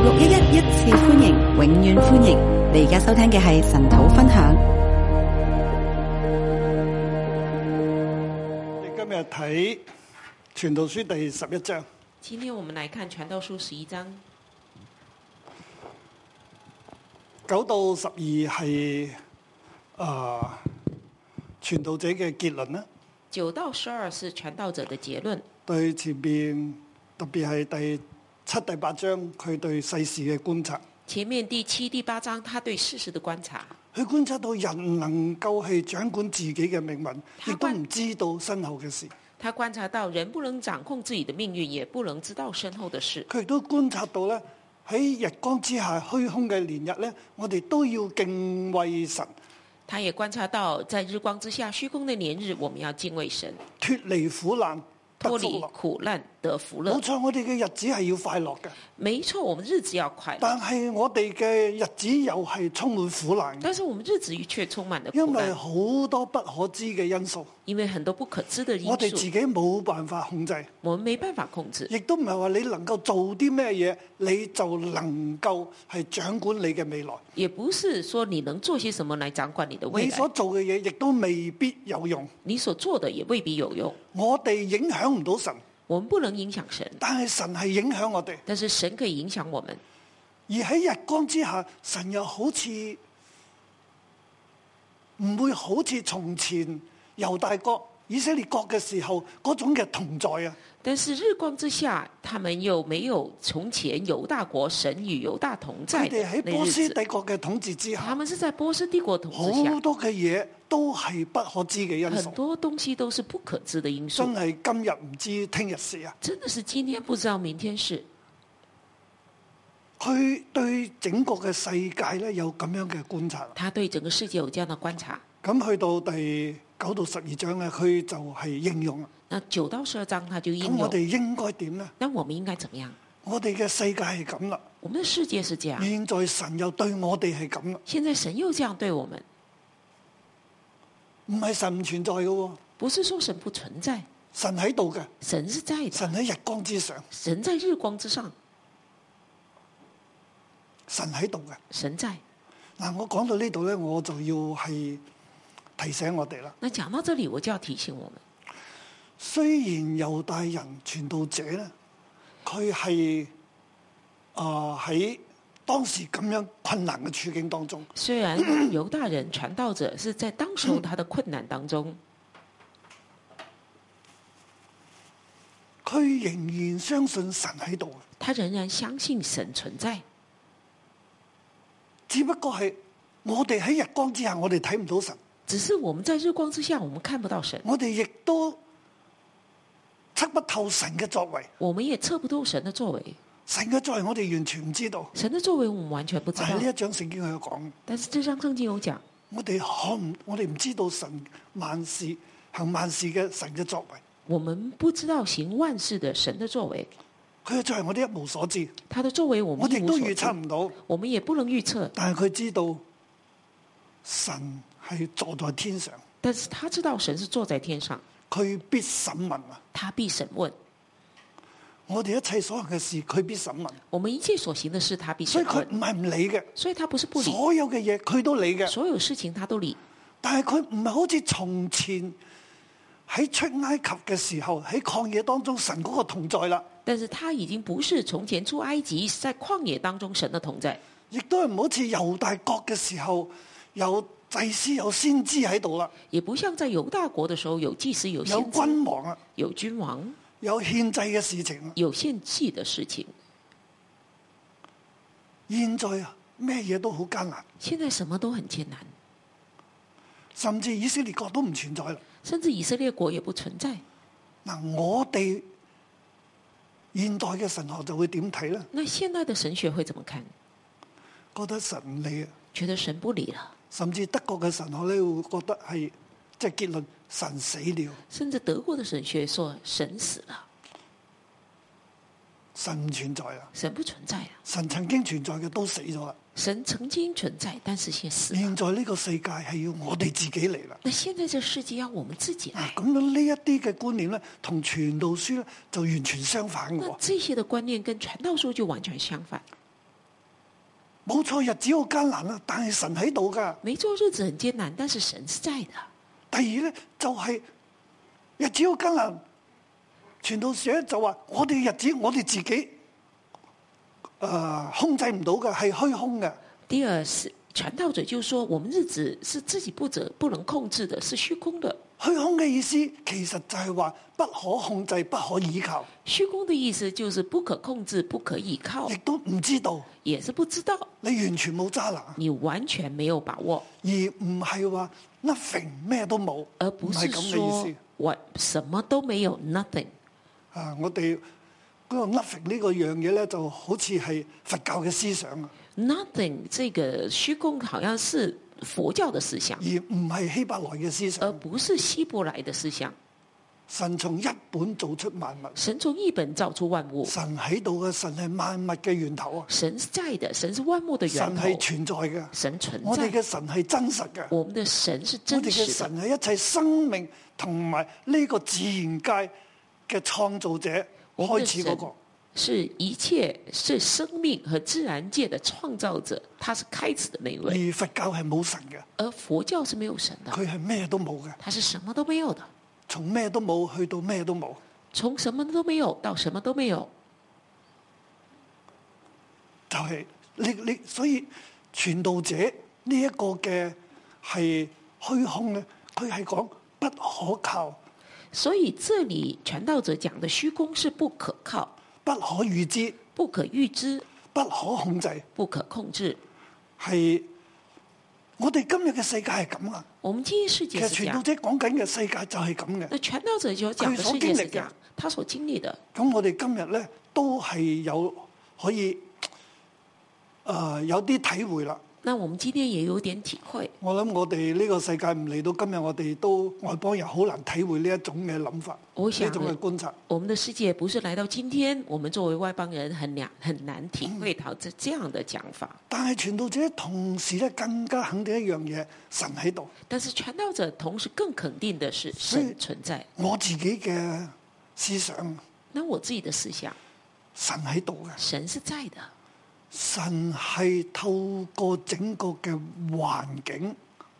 611一次歡迎，永遠歡迎！你而家收聽嘅係神土分享。 你今日睇傳道書第11章。 今天我們來看傳道書11章 9到12係傳道者嘅結論啦。 9到12是傳道者的結論。 對前邊特別係第7、第8章，佢對世事嘅觀察。 前面第7、第8章，他對世事的觀察。 佢觀察到人能夠係掌管自己嘅命運，亦都唔知道身後嘅事。 他觀察到人不能掌控自己的命運，也不能知道身後的事。 佢亦都觀察到咧，喺日光之下虛空嘅年日咧，我哋都要敬畏神。 他也觀察到，在日光之下虛空的年日，我們要敬畏神， 脫離苦難。 脫離苦難得福樂。 冇錯，我哋嘅日子係要快樂嘅。 沒錯，我們日子要快樂。 但係我哋嘅日子又係充滿苦難。 但是我們日子卻充滿了苦難。 因為好多不可知嘅因素。 因為很多不可知的因素。 我哋自己冇辦法控制。 我們沒辦法控制。 亦都唔係話你能夠做啲咩嘢，你就能夠係掌管你嘅未來。 也不是說你能做些什麼來掌管你的未來。 你所做嘅嘢亦都未必有用。 你所做的也未必有用。 我哋影響唔到神。 我們不能影響神， 但係神係影響我哋。 但是神可以影響我們。 而喺日光之下，神又好似唔會好似從前猶大國、以色列國嘅時候嗰種嘅同在啊。 但是日光之下，他們又沒有從前猶大國神與猶大同在。 佢哋喺波斯帝國嘅統治之下， 他們是在波斯帝國統治下， 好多嘅嘢都係不可知嘅因素。 很多東西都是不可知的因素。 真係今日唔知聽日事啊！ 真的是今天不知道明天事。 佢對整個嘅世界咧有咁樣嘅觀察。 他對整個世界有這樣的觀察。 咁去到第9到12章咧，佢就係應用啦。 那9到12章，他就應用。 咁我哋應該點呢？ 那我們應該怎麼樣？ 我哋嘅世界係咁啦。 我們的世界是這樣。 現在神又對我哋係咁啦。 現在神又這樣對我們。 唔係神唔存在嘅喎。 不是說神不存在。 神喺度嘅。 神是在的。 神喺日光之上。 神在日光之上。 神喺度嘅。 神在。 嗱，我講到呢度咧，我就要係提醒我哋啦。 那講到這裡，我就要提醒我們。 雖然猶大人傳道者咧，佢係喺當時咁樣困難嘅處境當中。 雖然猶大人傳道者是在當時他的困難當中， 佢仍然相信神喺度。 他仍然相信神存在。 只不過係我哋喺日光之下，我哋睇唔到神。 只是我們在日光之下，我們看不到神。 我哋亦都測不透神嘅作為。 我們也測不透神的作為。 神嘅作為，我哋完全唔知道。 神的作為，我們完全不知道。 但係呢一章聖經佢有講。 但是這章聖經有講， 我哋唔知道神萬事行萬事嘅神嘅作為。 我們不知道行萬事的神的作為。 佢嘅作為我哋一無所知。 他的作為我哋都預測唔到。 我們也不能預測。 但係佢知道神係坐在天上。 但是他知道神是坐在天上。 佢必審問啊！ 他必審問。 我哋一切所行嘅事，佢必審問。 我們一切所行嘅事，他必審問。 所以佢唔係唔理嘅。 所以他不是不理。 所有嘅嘢佢都理嘅。 所有事情他都理。 但係佢唔係好似從前喺出埃及嘅時候喺曠野當中神嗰個同在啦。 但是他已經不是從前出埃及在曠野當中神的同在。 亦都係唔好似猶大國嘅時候有祭司有先知喺度啦。 也不像在猶大國的時候有祭司有先知。 有君王啊。 有君王。 有獻祭嘅事情。 有獻祭的事情。 現在啊，咩嘢都好艱難。 現在什麼都很艱難。 甚至以色列國都唔存在啦。 甚至以色列國也不存在。 嗱，我哋現代嘅神學就會點睇呢？ 那現代的神學會怎麼看？ 覺得神唔理啊。 覺得神不理了。 甚至德國嘅神學咧會覺得係即係結論神死了。 甚至德國的神學說神死了。 神唔存在啊。 神不存在啊。 神曾經存在嘅都死咗啦。 神曾經存在，但是現死了。 現在呢個世界係要我哋自己嚟啦。 那現在這世界要我們自己來。 咁樣呢一啲嘅觀念咧，同傳道書咧就完全相反嘅。 那這些的觀念跟傳道書就完全相反。 冇錯，日子好艱難啊，但係神喺度㗎。 沒錯，日子很艱難，但是神是在的。 第二咧就係、日子好艱難，傳道者就話我哋嘅日子我哋自己控制唔到嘅，係虛空嘅。 第二是傳道者就說，我們日子是自己不能控制的，是虛空的。 虛空嘅意思其實就係話不可控制、不可依靠。 虛空的意思就是不可控制、不可依靠， 亦都唔知道， 也是不知道， 你完全冇揸拿， 你完全沒有把握， 而唔係話 nothing 咩都冇， 而不是唔係咁嘅意說思。 我什麼都沒有 nothing。 我哋嗰個 nothing 呢個樣嘢咧，就好似係佛教嘅思想啊， nothing 這個虛空好像是佛教的思想， 而唔係希伯來嘅思而想。 不是希伯來的思想。 神從一本造出萬物， 神從一本造出萬物， 神喺度嘅，神係萬物嘅源頭啊！ 神是在的，神是萬物的源頭， 神係存在嘅， 神存我哋在。 嘅神係真實嘅， 我們的神是我真哋嘅實的， 神係一切生命同埋呢個自然界嘅創造者開我們的神始嗰個。 是一切是生命和自然界的創造者，他是開始的那一位。 而佛教係冇神嘅， 而佛教是沒有神的， 佢係咩都冇嘅， 他是什麼都沒有的， 從咩都冇去到咩都冇。 從什麼都沒有到什麼都沒有。 就係你，所以傳道者呢一個嘅係虛空咧，佢係講不可靠、 所以這裡傳道者講的虛空是不可靠、 不可預知、 不可預知、 不可控制。 不可控制。 係我哋今日嘅世界係咁啊！ 我們今日世其實界是這樣， 傳道者講緊嘅世界就係咁嘅。 那傳道者就講的世界是這樣，他所經歷的。 咁我哋今日咧都係有可以有啲體會啦。 那我們今天也有點體會。 我諗我哋呢個世界唔嚟到今日，我哋都外邦人好難體會呢一種嘅諗法， 我想呢種嘅觀察。 我們的世界不是來到今天，我們作為外邦人很難體會到這樣的講法。 但係傳道者同時咧更加肯定一樣嘢，神喺度。 但是傳道者同時更肯定的是神存在。 我自己嘅思想， 那我自己的思想， 神喺度嘅。 神是在的。 神係透過整個嘅環境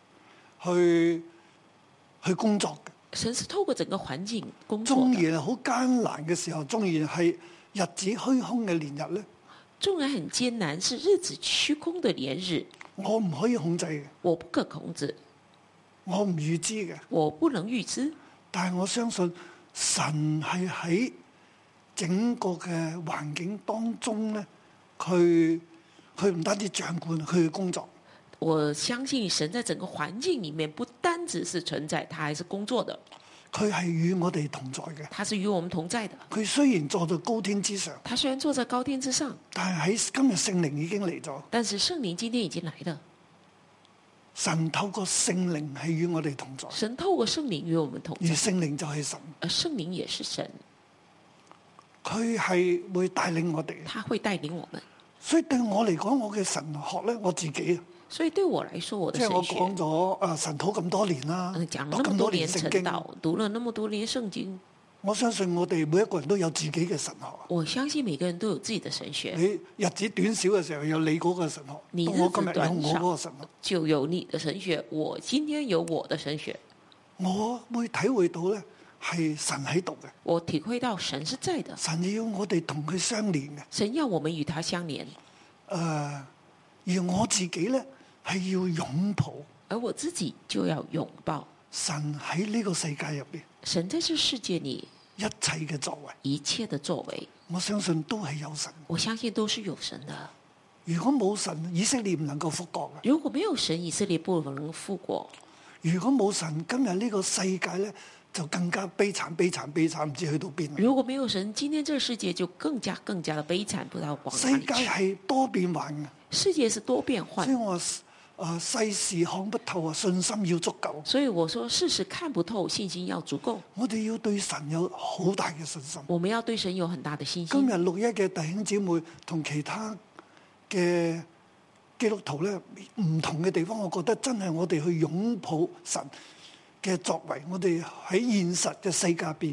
去工作嘅。 神是透過整個環境工作縱的。 然好艱難嘅時候，縱然係日子虛空嘅年日咧， 縱然很艱難，是日子虛空的年日， 我唔可以控制嘅， 我不可控制， 我唔預知嘅。 我不能預知。 但係我相信神係喺整個嘅環境當中咧，佢唔單止掌管，佢去工作。 我相信神在整個環境裡面，不單只是存在，他還是工作的。 佢係與我哋同在嘅。 他是與我們同在的。 佢雖然坐在高天之上， 他雖然坐在高天之上， 但係喺今日聖靈已經嚟咗。 但是聖靈今天已經來了。 神透過聖靈係與我哋同在， 神透過聖靈與我們同而在， 聖靈就係神， 而聖靈也是神， 佢係會帶領我哋。 他會帶領我們。 所以對我嚟講，我嘅神學咧，我自己啊， 所以對我來說，我的即係我神學， 講咗神禱咁多年啦， 講了讀咁多那麼多年年聖經， 晨禱，讀了那麼多年聖經， 我相信我哋每一個人都有自己嘅神學。 我相信每個人都有自己的神學。 你日子短少嘅時候有你嗰個神學， 你我今日有日子短我嗰個神學， 就有你的神學，我今天有我的神學。 我會體會到咧係神喺度嘅， 我體會到神是在的， 神要我哋同佢相連嘅。 神要我們與他相連， 而我自己咧係要擁抱而我自己就要擁抱神喺呢個世界入邊神在這世界裡一切嘅作為。 一切的作為， 我相信都係有神。 我相信都是有神的。 如果冇神，以色列唔能夠復國嘅。 如果沒有神，以色列不能復國。 如果冇神，今日呢個世界咧就更加悲慘、悲慘、悲慘，唔知去到邊。 如果沒有神，今天這個世界就更加的悲慘，不知道往哪世界裡去。 係多變幻嘅， 世界是多變所以幻， 我話世事看不透啊，信心要足夠。 所以我說世事看不透，信心要足夠。 我哋要對神有好大嘅信心。 我們要對神有很大的信今心。 日六一嘅弟兄姊妹同其他嘅基督徒咧唔同嘅地方，我覺得真係我哋去擁抱神嘅作為，我哋喺現實嘅世界入邊，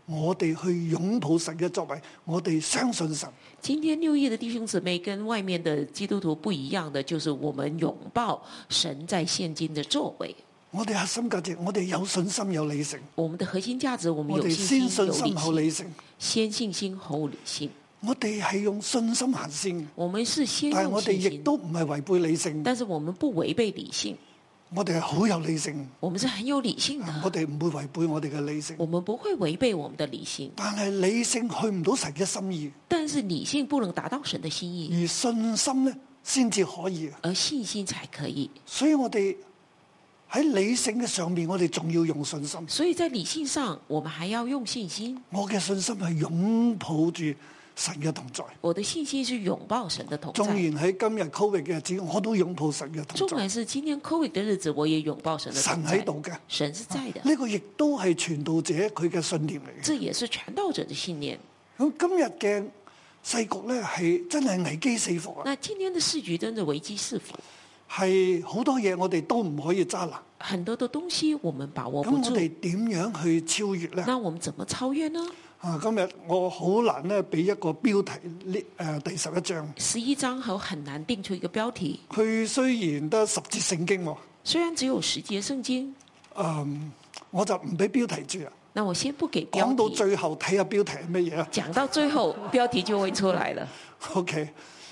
我哋去擁抱神嘅作為，我哋相信神。 今天6月的弟兄姊妹跟外面的基督徒不一樣的，就是我們擁抱神在現今的作為。 我哋核心價值，我哋有信心有理性。 我們的核心價值，我們有我哋先信心有信心後理理性。 先信心後理性。 我哋係用信心行先嘅， 我們是先但係我哋用信心， 亦都唔係違背理性。 但是我們不違背理性。 我哋係好有理性， 我們是很有理性的。 我哋唔會違背我哋嘅理性。 我們不會違背我們的理性。 但係理性去唔到神嘅心意， 但是理性不能達到神的心意， 而信心咧先至可以。 而信心才可以。 所以我哋喺理性嘅上面，我哋仲要用信心。 所以在理性上，我們還要用信心。 我嘅信心係擁抱住神嘅同在。 我的信心是擁抱神的同在。 縱然喺今日 Covid 嘅日子，我都擁抱神嘅同在。 縱然是今天 Covid 的日子，我也擁抱神的同在。 神喺度嘅， 神是在的。 呢個亦都係傳道者佢嘅信念嚟嘅。 這也是傳道者的信念。 咁今日嘅世局咧係真係危機四伏啊！ 那今天的世局真的危機四伏， 係好多嘢我哋都唔可以揸拿。 很多的東西我們把握不住。 咁我哋點樣去超越咧？ 那我們怎麼超越呢？ 今日我好難咧俾一個標題第11章。 11章很難定出一個標題。 佢雖然得10節聖經喎， 雖然只有10節聖經， 我就唔俾標題住啦。 那我先不給標題。 講到最後睇下標題係乜嘢啊？ 講到最後標題就會出來了。 OK，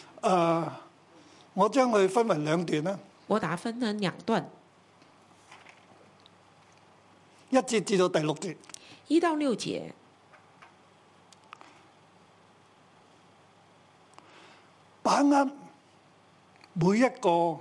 我將佢分為兩段啦。 我打分成2段 ，1節至到第6節。 1到6節。 把握每一個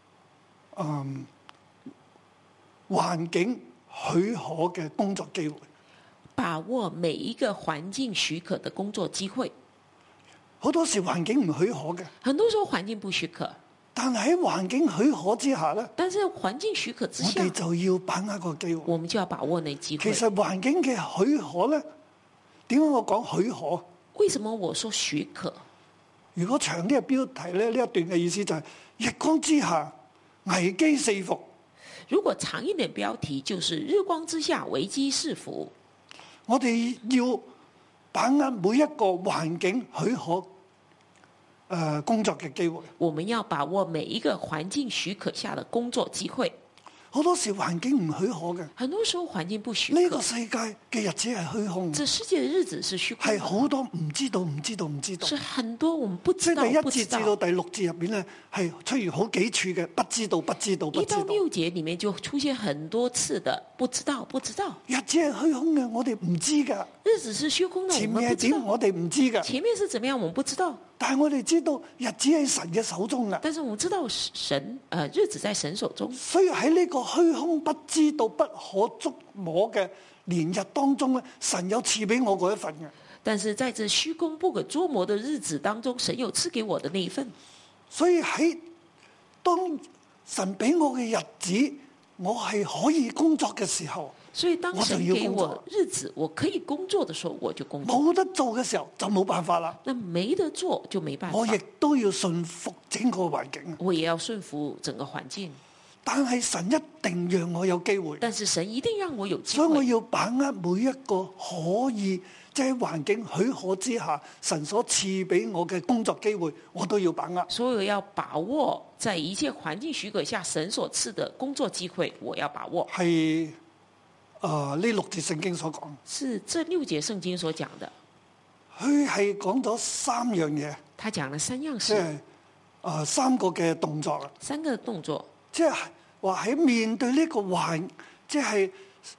環境許可嘅工作機會， 把握每一個環境許可的工作機會。 好多時環境唔許可嘅， 很多時候環境不許可， 但係喺環境許可之下咧， 但是環境許可之下， 我哋就要把握個機會。 我們就要把握那機會。 其實環境嘅許可咧，點解我講許可？ 為什麼我說許可？ 如果長啲嘅標題咧，呢一段嘅意思就係日光之下危機四伏。 如果長一點標題，就是日光之下危機四伏。 我哋要把握每一個環境許可工作嘅機會。 我們要把握每一個環境許可下的工作機會。 好多時環境唔許可嘅， 很多時候環境不許可。 呢個世界嘅日子係虛空， 這世界嘅日子是虛空， 係好多唔知道， 是很多我們不知道。 即係第1節至到第6節入邊咧，係出現好幾處嘅不知道。1到 6節裡面就出現很多次的不知道。 日子係虛空嘅，我哋唔知㗎。 日子是虛空的， 前面係點，我哋唔知㗎。 前面是怎麼樣，我們不知道。 但係我哋知道日子喺神嘅手中㗎。 但是我們知道日子在神手中。 所以喺呢個虛空不知道不可觸摸嘅年日當中咧，神有賜俾我嗰一份嘅。 但是在這虛空不可捉摸的日子當中，神有賜給我的那一份。 所以喺當神俾我嘅日子，我係可以工作嘅時候， 所以當神給我日子，我可以工作的時候，我就工作。 冇得做嘅時候就冇辦法啦。 那沒得做就沒辦法。 我亦都要順服整個環境。 我也要順服整個環境。 但係神一定讓我有機會。 但是神一定讓我有機會。 所以我要把握每一個可以即係環境許可之下，神所賜俾我嘅工作機會，我都要把握。 所以我要把握在一切環境許可下，神所賜的工作機會，我要把握。 係呢6節聖經所講。 是這6節聖經所講的。 佢係講咗3樣嘢。 他講了3樣事。 即係3個嘅動作啊。 3個動作。 即係話喺面對呢個即係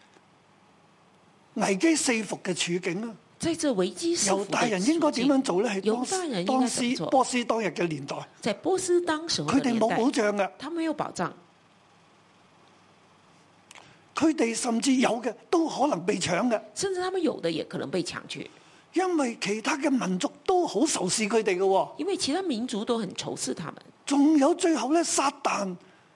危機四伏嘅處境啊！ 在這危機四伏嘅處境， 猶大人應該點樣做咧？係猶大人應該怎麼做？ 波斯當日嘅年代， 在波斯當時候嘅年代， 佢哋冇保障嘅， 他沒有保障， 佢哋甚至有嘅都可能被搶嘅， 甚至他們有的也可能被搶去， 因為其他嘅民族都好仇視佢哋嘅， 因為其他民族都很仇視他們。 仲有最後咧，撒旦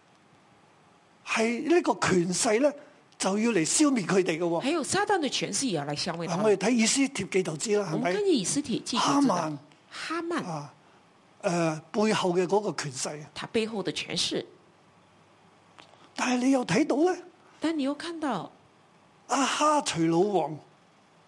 係呢個權勢咧，就要嚟消滅佢哋嘅。 還有撒旦的權勢也要嚟消滅他們。 我哋睇以斯帖記就知啦，係咪？ 我們根據以斯帖記就知道哈曼背後嘅嗰個權勢， 他背後的權勢。 但係你又睇到咧， 但你又看到亞哈隨魯王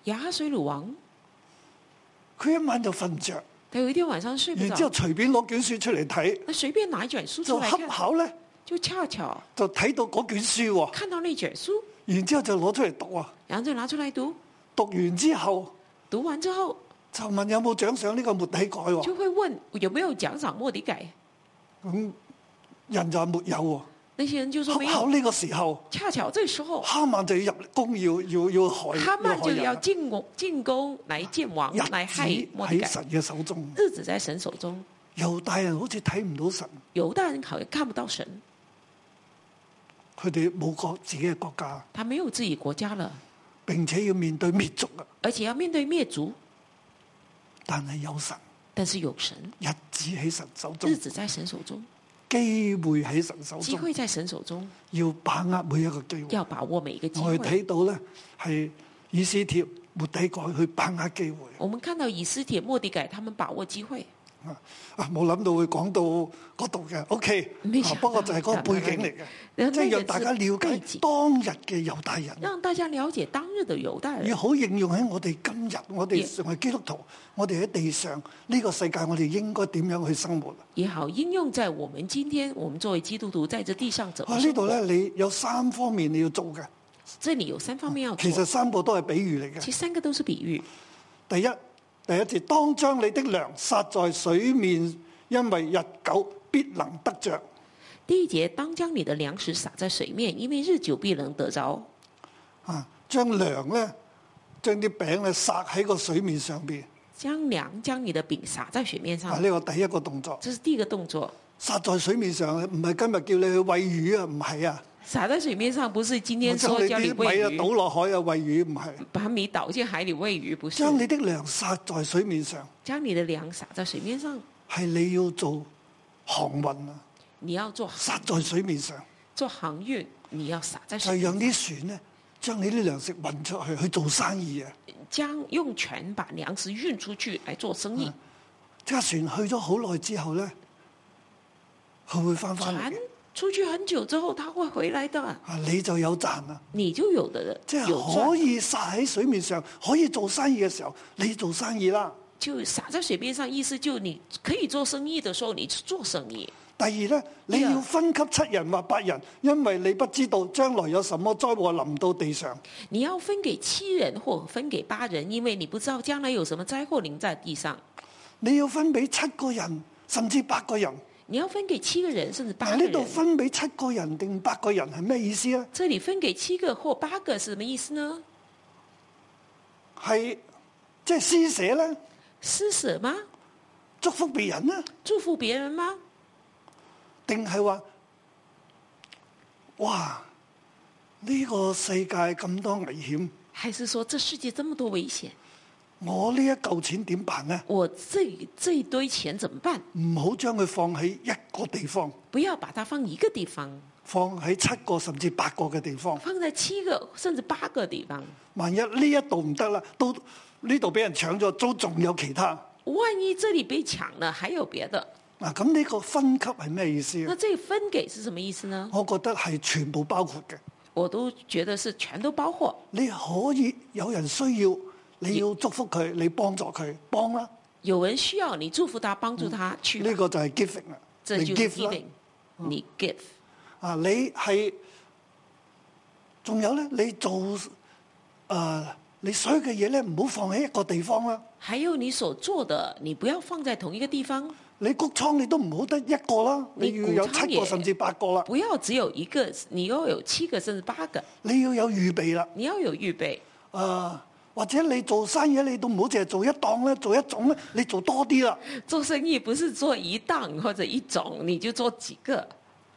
亞哈水魯王， 佢一晚就瞓唔着， 他有一天晚上睡不然之後着， 隨便攞卷書出嚟睇， 那隨便拿一卷書就出來看， 恰巧咧就恰巧就睇到嗰卷書喎， 看到那卷書， 然之後就攞出嚟讀啊， 然後就拿出來讀， 讀完之後讀完之後就問有冇獎賞呢個末底改喎， 就會問有沒有獎賞末底改， 咁人就話沒有喎。 那些人就說沒有。 恰巧呢個時候， 恰巧這時候， 哈曼就要入宮要害， 哈曼就要害人進宮來見王， 日來害子末底改。 喺神嘅手中， 日子在神手中， 猶大人好似睇唔到神， 猶大人好像看不到神， 佢哋冇國自己嘅國家， 他沒有自己國家了， 並且要面對滅族啊！ 而且要面對滅族。 但係有神， 但是有神， 日子喺神手中日，子在神手中， 機會喺神手中， 機會在神手中， 要把握每一個機會。 要把握每一個機我哋會。 睇到咧係以斯帖末底改去把握機會。 我們看到以斯帖、末底改，他們把握機會。 冇諗到會講到嗰度嘅，OK， 沒想到不過就係嗰個背景嚟嘅，即係讓大家了解當日嘅猶大人， 讓大家了解當日的猶大人要，好應用喺我哋今日，我哋成為基督徒，我哋喺地上呢個世界，我哋應該點樣去生活？ 也好應用在我們今天，我們作為基督徒在這地上怎麼呢生活。 度咧，你有3方面你要做嘅， 這裡有3方面要做。 其實3個都係比喻嚟嘅。 其實3個都是比喻。 第一節，當將你的糧撒在水面，因為日久必能得着。 第1節，當將你的糧食撒在水面，因為日久必能得着。 將糧咧，將啲餅咧撒喺個水面上邊。 將你的餅撒在水面上。 呢個第一個動作。 這是第一個動作。 撒在水面上，唔係今日叫你去餵魚啊，唔係啊。 撒在水面上不是今天說叫你餵米啊倒魚， 落海啊餵魚，唔係。 把米倒進海裡餵魚，不是。 將你的糧撒在水面上， 將你的糧撒在水面上， 係你要做航運啊， 你要做撒在水面上， 做航運，你要撒在就水面上， 讓啲船呢，將你啲糧食運出去做生意啊。 將用船把糧食運出去來做生意。 即係船去咗好耐之後咧，佢會翻返嚟船嘅。 出去很久之後，他會回來的， 你就有賺啦。 你就有的即係有可賺， 以撒喺水面上，可以做生意嘅時候，你做生意啦。 就撒在水面上，意思就你可以做生意的時候，你做生意。 第二咧，你要分給7人或8人，因為你不知道將來有什麼災禍臨到地上。 你要分給7人或分給8人，因為你不知道將來有什麼災禍臨在地上。 你要分俾7個人，甚至8個人。 你要分給7個人，甚至8個呢度人。 分俾7個人定8個人係咩意思咧？ 這裡分給7個或8個是什麼意思呢？ 係即係施捨咧， 施捨嗎？ 祝福別人咧， 祝福別人嗎？ 定係話哇呢個世界咁多危險， 還是說這世界這麼多危險， 我呢一嚿錢點辦呢？ 我這一堆錢怎麼辦？ 唔好將佢放喺一個地方， 不要把它放一個地方， 放喺7個甚至8個嘅地方。 放在7個甚至8個地方。 萬一呢一度唔得啦，到呢度俾人搶咗，都仲有其他。 萬一這裡被搶了，還有別的， 嗱，咁呢個分級係咩意思啊？ 那這個分給是什麼意思呢？ 我覺得係全部包括嘅。 我都覺得是全都包括。 你可以有人需要，你要祝福佢，你幫助佢，幫啦。 有人需要你祝福他，幫助他去吧。 呢個就係 giving 啦。 這就是 give 啦 giving。你 give。 啊，你係仲有咧？你做你所有嘅嘢咧，唔好放喺一個地方啦。 還有你所做的，你不要放在同一個地方。 你谷倉你都唔好得一個啦，你要有7個甚至8個啦。 不要只有一個，你要有7個甚至8個。 你要有預備啦。 你要有預備。 或者你做生意你都唔好淨係做一檔咧，做一種咧，你做多啲啦。 做生意不是做一檔或者一種，你就做幾個。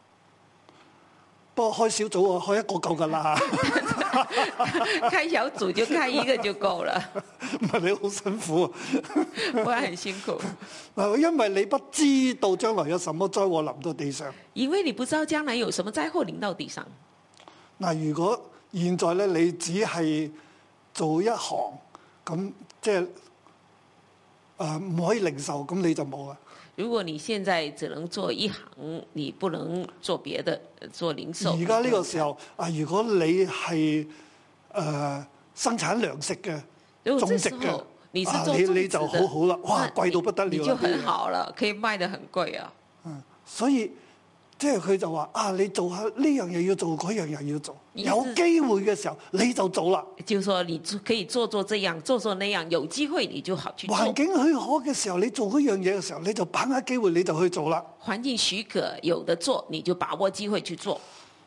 不過開小組開一個夠㗎啦。 開小組就開一個就夠了。 唔係你好辛苦啊。 我很辛苦。 因為你不知道將來有什麼災禍臨到地上。 因為你不知道將來有什麼災禍臨到地上。 嗱，如果現在咧你只係做一行，咁即係唔可以零售，咁你就冇啦。 如果你現在只能做一行，你不能做別的，做零售。 而家呢個時候如果你係生產糧食嘅， 如果種植嘅這時候，你是做種植你就好好啦，哇， 那貴到不得了啦你就很好了，可以賣得很貴啊。 所以即係佢就話你做下呢樣嘢要做，嗰樣又要做， 你有機會嘅時候你就做啦。 就是說你可以做這樣，做那樣，有機會你就好去做。 環境許可嘅時候，你做嗰樣嘢嘅時候，你就把握機會，你就去做啦。 環境許可有得做，你就把握機會去做。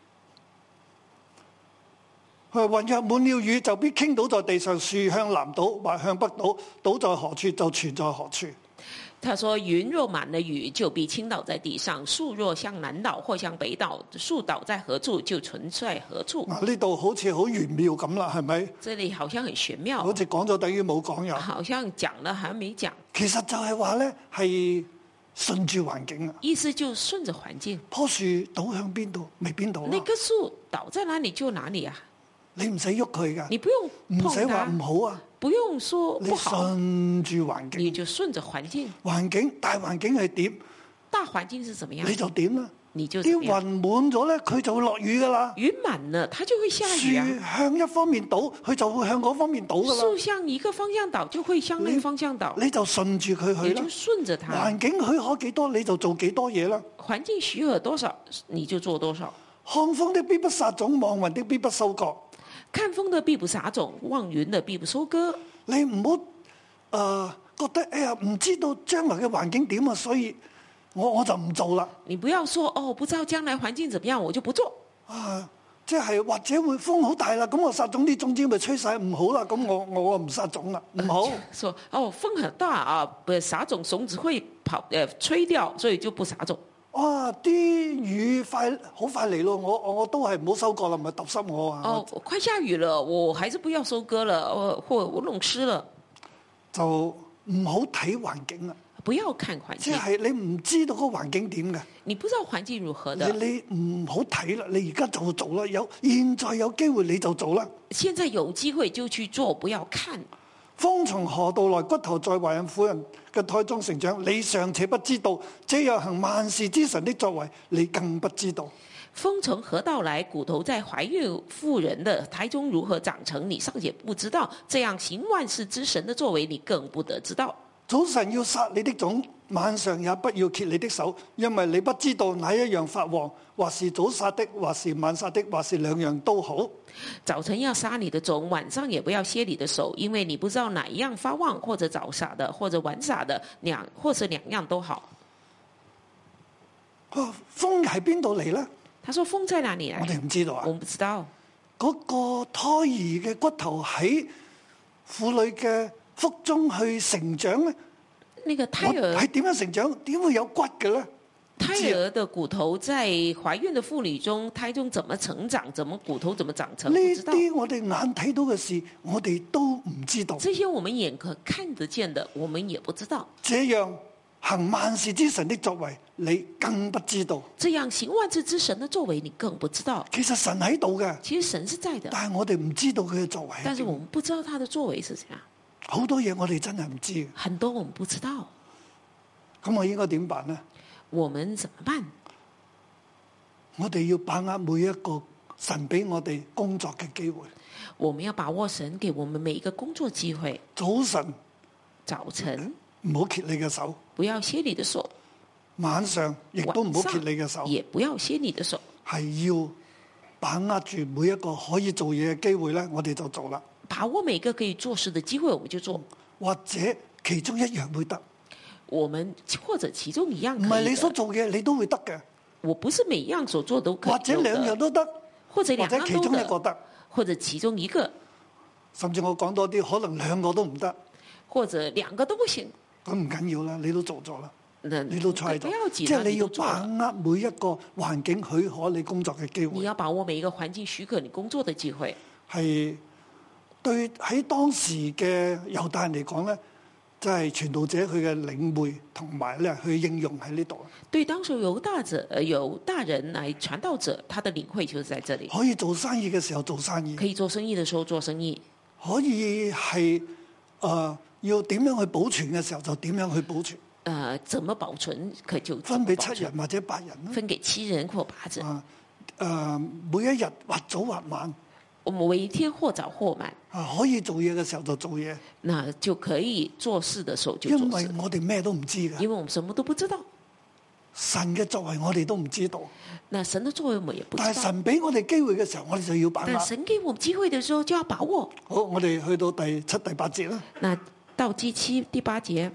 雲若滿了雨，就必傾倒在地上；樹向南倒或向北倒，倒在何處就存在何處。 他說：雲若滿了雨，就必傾倒在地上；樹若向南倒或向北倒，樹倒在何處就存在何處。 呢度好似好玄妙咁啦，係咪？ 這裡好像很玄妙， 好似講咗等於冇講又。 好像講了還沒講。 其實就係話咧，係順住環境啊。 意思就順着環境。 棵樹倒向邊度，咪邊度咯。 那棵樹倒在哪裡就哪裡啊。 你唔使喐佢噶， 你不用碰它， 唔使話唔好啊， 不用說不好， 你順住環境， 你就順着環境。 環境大環境係點， 大環境是怎麼樣， 你就點啦。 你就啲雲滿咗咧，佢就會落雨噶啦。 雲滿了，它就會下雨啊。 樹向一方面倒，佢就會向嗰方面倒噶啦。 樹向一個方向倒，就會向那個方向倒。 你就順住佢去啦。 你就順着它。 環境許可幾多，你就做幾多嘢啦。 環境許可多少，你就做多少。 看風的必不撒種，望雲的必不收割。 看風的必不撒種，望雲的必不收割。 你唔好覺得哎呀唔知道將來嘅環境點啊，所以我就唔做啦。 你不要說哦，不知道將來環境怎麼樣，我就不做。 即係或者會風好大啦，咁我撒種啲種子咪吹晒唔好啦，咁我唔撒種啦，唔好。 說哦，風很大啊，不撒種，種子會吹掉，所以就不撒種。 哇！啲雨好快嚟咯，我都係唔好收割啦，唔係揼濕我啊！ 哦，快下雨了，我還是不要收割了，或我弄濕了， 就唔好睇環境啦。 不要看環境， 即係你唔知道個環境點嘅， 你不知道環境如何的， 你唔好睇啦，你而家就做啦，現在有機會你就做啦。 現在有機會就去做，不要看。 風從何度來，骨頭在懷孕婦人嘅胎中成長，你尚且不知道，這樣行萬事之神的作為，你更不知道。 風從何道來，骨頭在懷孕婦人的胎中如何長成，你尚且不知道，這樣行萬事之神的作為，你更不得知道。 早晨要撒你的種，晚上也不要歇你的手，因為你不知道哪一樣發旺，或是早撒的，或是晚撒的，或是兩樣都好。 早晨要撒你的種，晚上也不要歇你的手，因為你不知道哪一樣發旺，或者早撒的，或者晚撒的，或者兩樣都好。 風喺邊度嚟呢？ 他說風在哪裡來？ 我哋唔知道啊。 我們不知道。 嗰個胎兒嘅骨頭喺婦女嘅腹中去成長咧？ 那個胎兒係點樣成長？點會有骨嘅咧？ 胎兒的骨頭在懷孕的婦女中，胎中怎麼成長？骨頭怎麼長成？ 呢不知道。 啲我哋眼睇到嘅事，我哋都唔知道。 這些我們眼可看得見的，我們也不知道。 這樣行萬事之神的作為，你更不知道。 這樣行萬事之神的作為，你更不知道。 其實神喺度嘅， 其實神是在的， 但係我哋唔知道佢嘅作為。 但是我們不知道他的作為是怎樣。 好多嘢我哋真係唔知。 很多我們不知道。 咁我應該點辦呢？ 我們怎麼辦？ 我哋要把握每一個神俾我哋工作嘅機會。 我們要把握神給我們每一個工作機會。 早晨唔好歇你嘅手， 不要歇你的手。 晚上亦都唔好歇你嘅手， 也不要歇你的手。 係要把握住每一個可以做嘢嘅機會咧，我哋就做啦。 把握每個可以做事的機會，我們就做。 或者其中一樣會得。 我們或者其中一樣可以， 唔係你所做嘅你都會得嘅。 我不是每一樣所做都可以， 或者兩樣都得， 或者兩樣都得， 其中一個得， 或者其中一個， 甚至我講多啲，可能兩個都唔得， 或者兩個都不行。 咁唔緊要啦，你都做咗啦，你都猜咗， 即係你要把握每一個環境許可你工作嘅機會。 你要把握每一個環境許可你工作嘅機會。 係對喺當時嘅猶太人嚟講咧，就係傳道者佢嘅領會同埋咧去應用喺呢度。 對當時有大人嚟傳道者，他的領會就是在這裡。 可以做生意嘅時候做生意， 可以做生意嘅時候做生意， 可以係要點樣去保存嘅時候就點樣去保存。 怎麼保存可就分俾7人或者8人， 分給7人或8人。 每一日或早或晚， 我們每一天或早或晚， 可以做嘢嘅時候就做嘢， 那就可以做事的時候就因做事， 為我哋咩都唔知嘅， 因為我們什麼都不知道。 神嘅作為我哋都唔知道， 那神的作為我們也不知道。 但係神俾我哋機會嘅時候，我哋就要把但握。 神給我們機會的時候就要把握。 好，我哋去到第7、第8節啦。 那到第7、第8節，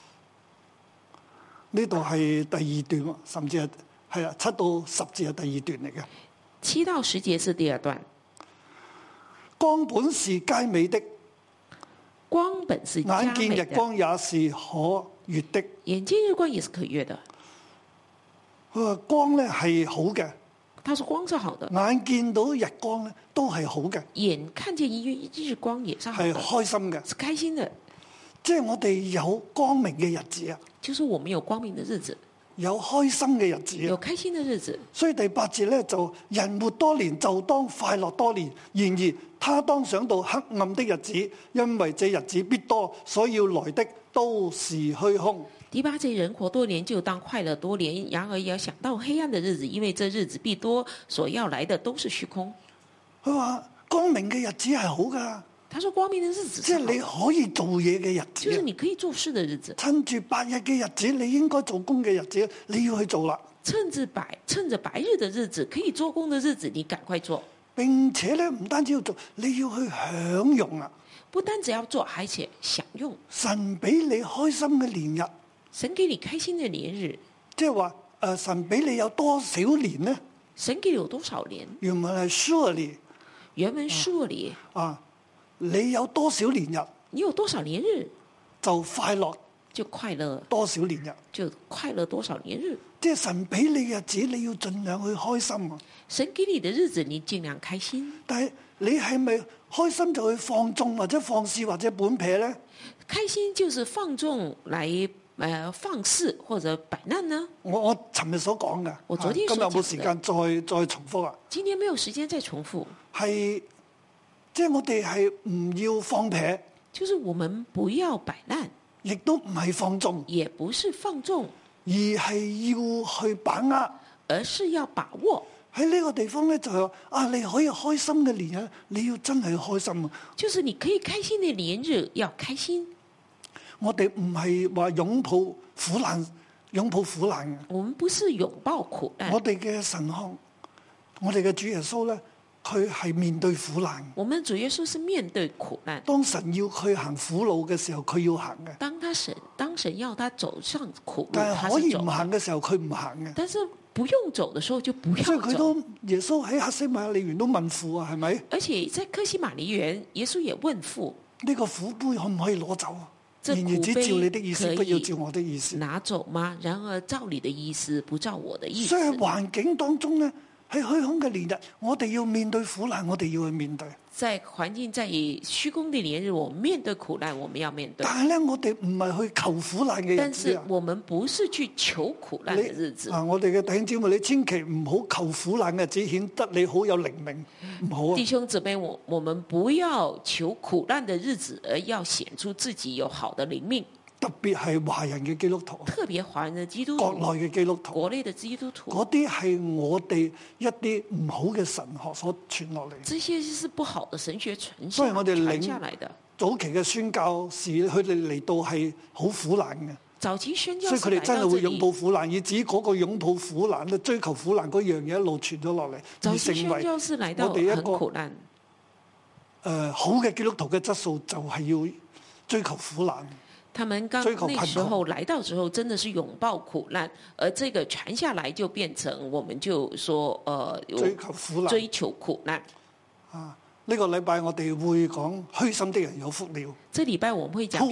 呢度係第2段，甚至係7到10節係第2段嚟嘅。 7到10節是第2段。 光本是佳美的， 光本是佳眼見日美的， 光也是可悅的。 眼見日光也是可悅的。 佢話光咧係好嘅， 他說光是好的， 眼見到日光咧都係好嘅， 眼看見日光也是好係的， 開心嘅。 是開心的。 即係我哋有光明嘅日子啊， 就是我們有光明的日子， 有開心嘅日子啊。 有開心的日子。 所以第8節咧就人活多年就當快樂多年，然而他當想到黑暗的日子，因為這日子必多，所要來的都是虛空。 第8節，人活多年就當快樂多年，然而要想到黑暗的日子，因為這日子必多，所要來的都是虛空。 佢話光明嘅日子係好噶， 他說光明的日子即係你可以做嘢嘅日就是子， 你可以做事的日子， 趁住白日嘅日子，你應該做工嘅日子，你要去做啦。 趁着白日的日子，可以做工的日子，你趕快做。 並且咧唔單止要做，你要去享用啊！ 不單只要做，而且享用。 神俾你開心嘅年日， 神給你開心的年日， 即係話神俾你有多少年呢？ 神給你有多少年？ 原文係 surely 原文數里， 你有多少年日你有多少年日就快樂就快樂， 多少年日。 就快樂多少年日。 即係神俾你嘅日子，你要盡量去開心啊！ 神給你的日子，你盡量開心。 但係你係咪開心就去放縱或者放肆或者本撇呢？ 開心就是放縱來放肆或者擺爛呢？ 我尋日所講嘅， 我昨天今日有冇所講的時間再重複啊？ 今天沒有時間再重複， 係即係我哋係唔要放撇， 就是我們不要擺爛， 亦都唔係放縱， 也不是放縱， 而係要去把握。 而是要把握。 喺呢個地方咧，就係話你可以開心嘅年日，你要真係開心啊！ 就是你可以開心的年日要開心。 我哋唔係話擁抱苦難，擁抱苦難嘅。 我們不是擁抱苦難， 我哋嘅神學，我哋嘅主耶穌咧，佢係面對苦難。 我們主耶穌是面對苦難。 當神要佢行苦路嘅時候，佢要行嘅； 當神要他走上苦路， 但係可以唔他是走的行嘅時候，佢唔行嘅。 但是不用走的時候就不要所以佢走。 都耶穌喺客西馬尼園都問父啊，係咪？ 而且在客西馬尼園，耶穌也問父： 呢個苦杯可唔可以攞走啊？ 這然而只苦杯照你的意思，不可以要照我的意思。 拿走嗎？然而照你的意思，不照我的意思所以。喺環境當中咧，喺虛空嘅年日，我哋要面對苦難，我哋要去面對。 在環境在虛空的年日，我們面對苦難，我們要面對。 但係咧，我哋唔係去求苦難嘅日但是子啊！ 我們不是去求苦難的日子。 我哋嘅弟兄姊妹，你千祈唔好求苦難嘅日子，顯得你好有靈命，唔好啊！ 弟兄姊妹，我們不要求苦難的日子，而要顯出自己有好的靈命。 特別係華人嘅基督徒， 特別華人的基督徒， 國內嘅基督徒， 國內的基督徒， 嗰啲係我哋一啲唔好嘅神學所傳落嚟。 這些是不好的神學傳所以我哋傳下來的。 早期嘅宣教士，佢哋嚟到係好苦難嘅。 早期宣教所以佢哋真係會擁抱抱。 苦難，以至於嗰個擁抱苦難咧、追求苦難嗰樣嘢一路傳咗落嚟，而成為我哋一個好嘅基督徒嘅質素，就係要追求苦難。 他們剛那時候來到之後，真的是擁抱苦難，而這個傳下來就變成，我們就說， 追求苦難。 追求苦難。 呢個禮拜我哋會講虛心的人有福了。 這禮拜我們會講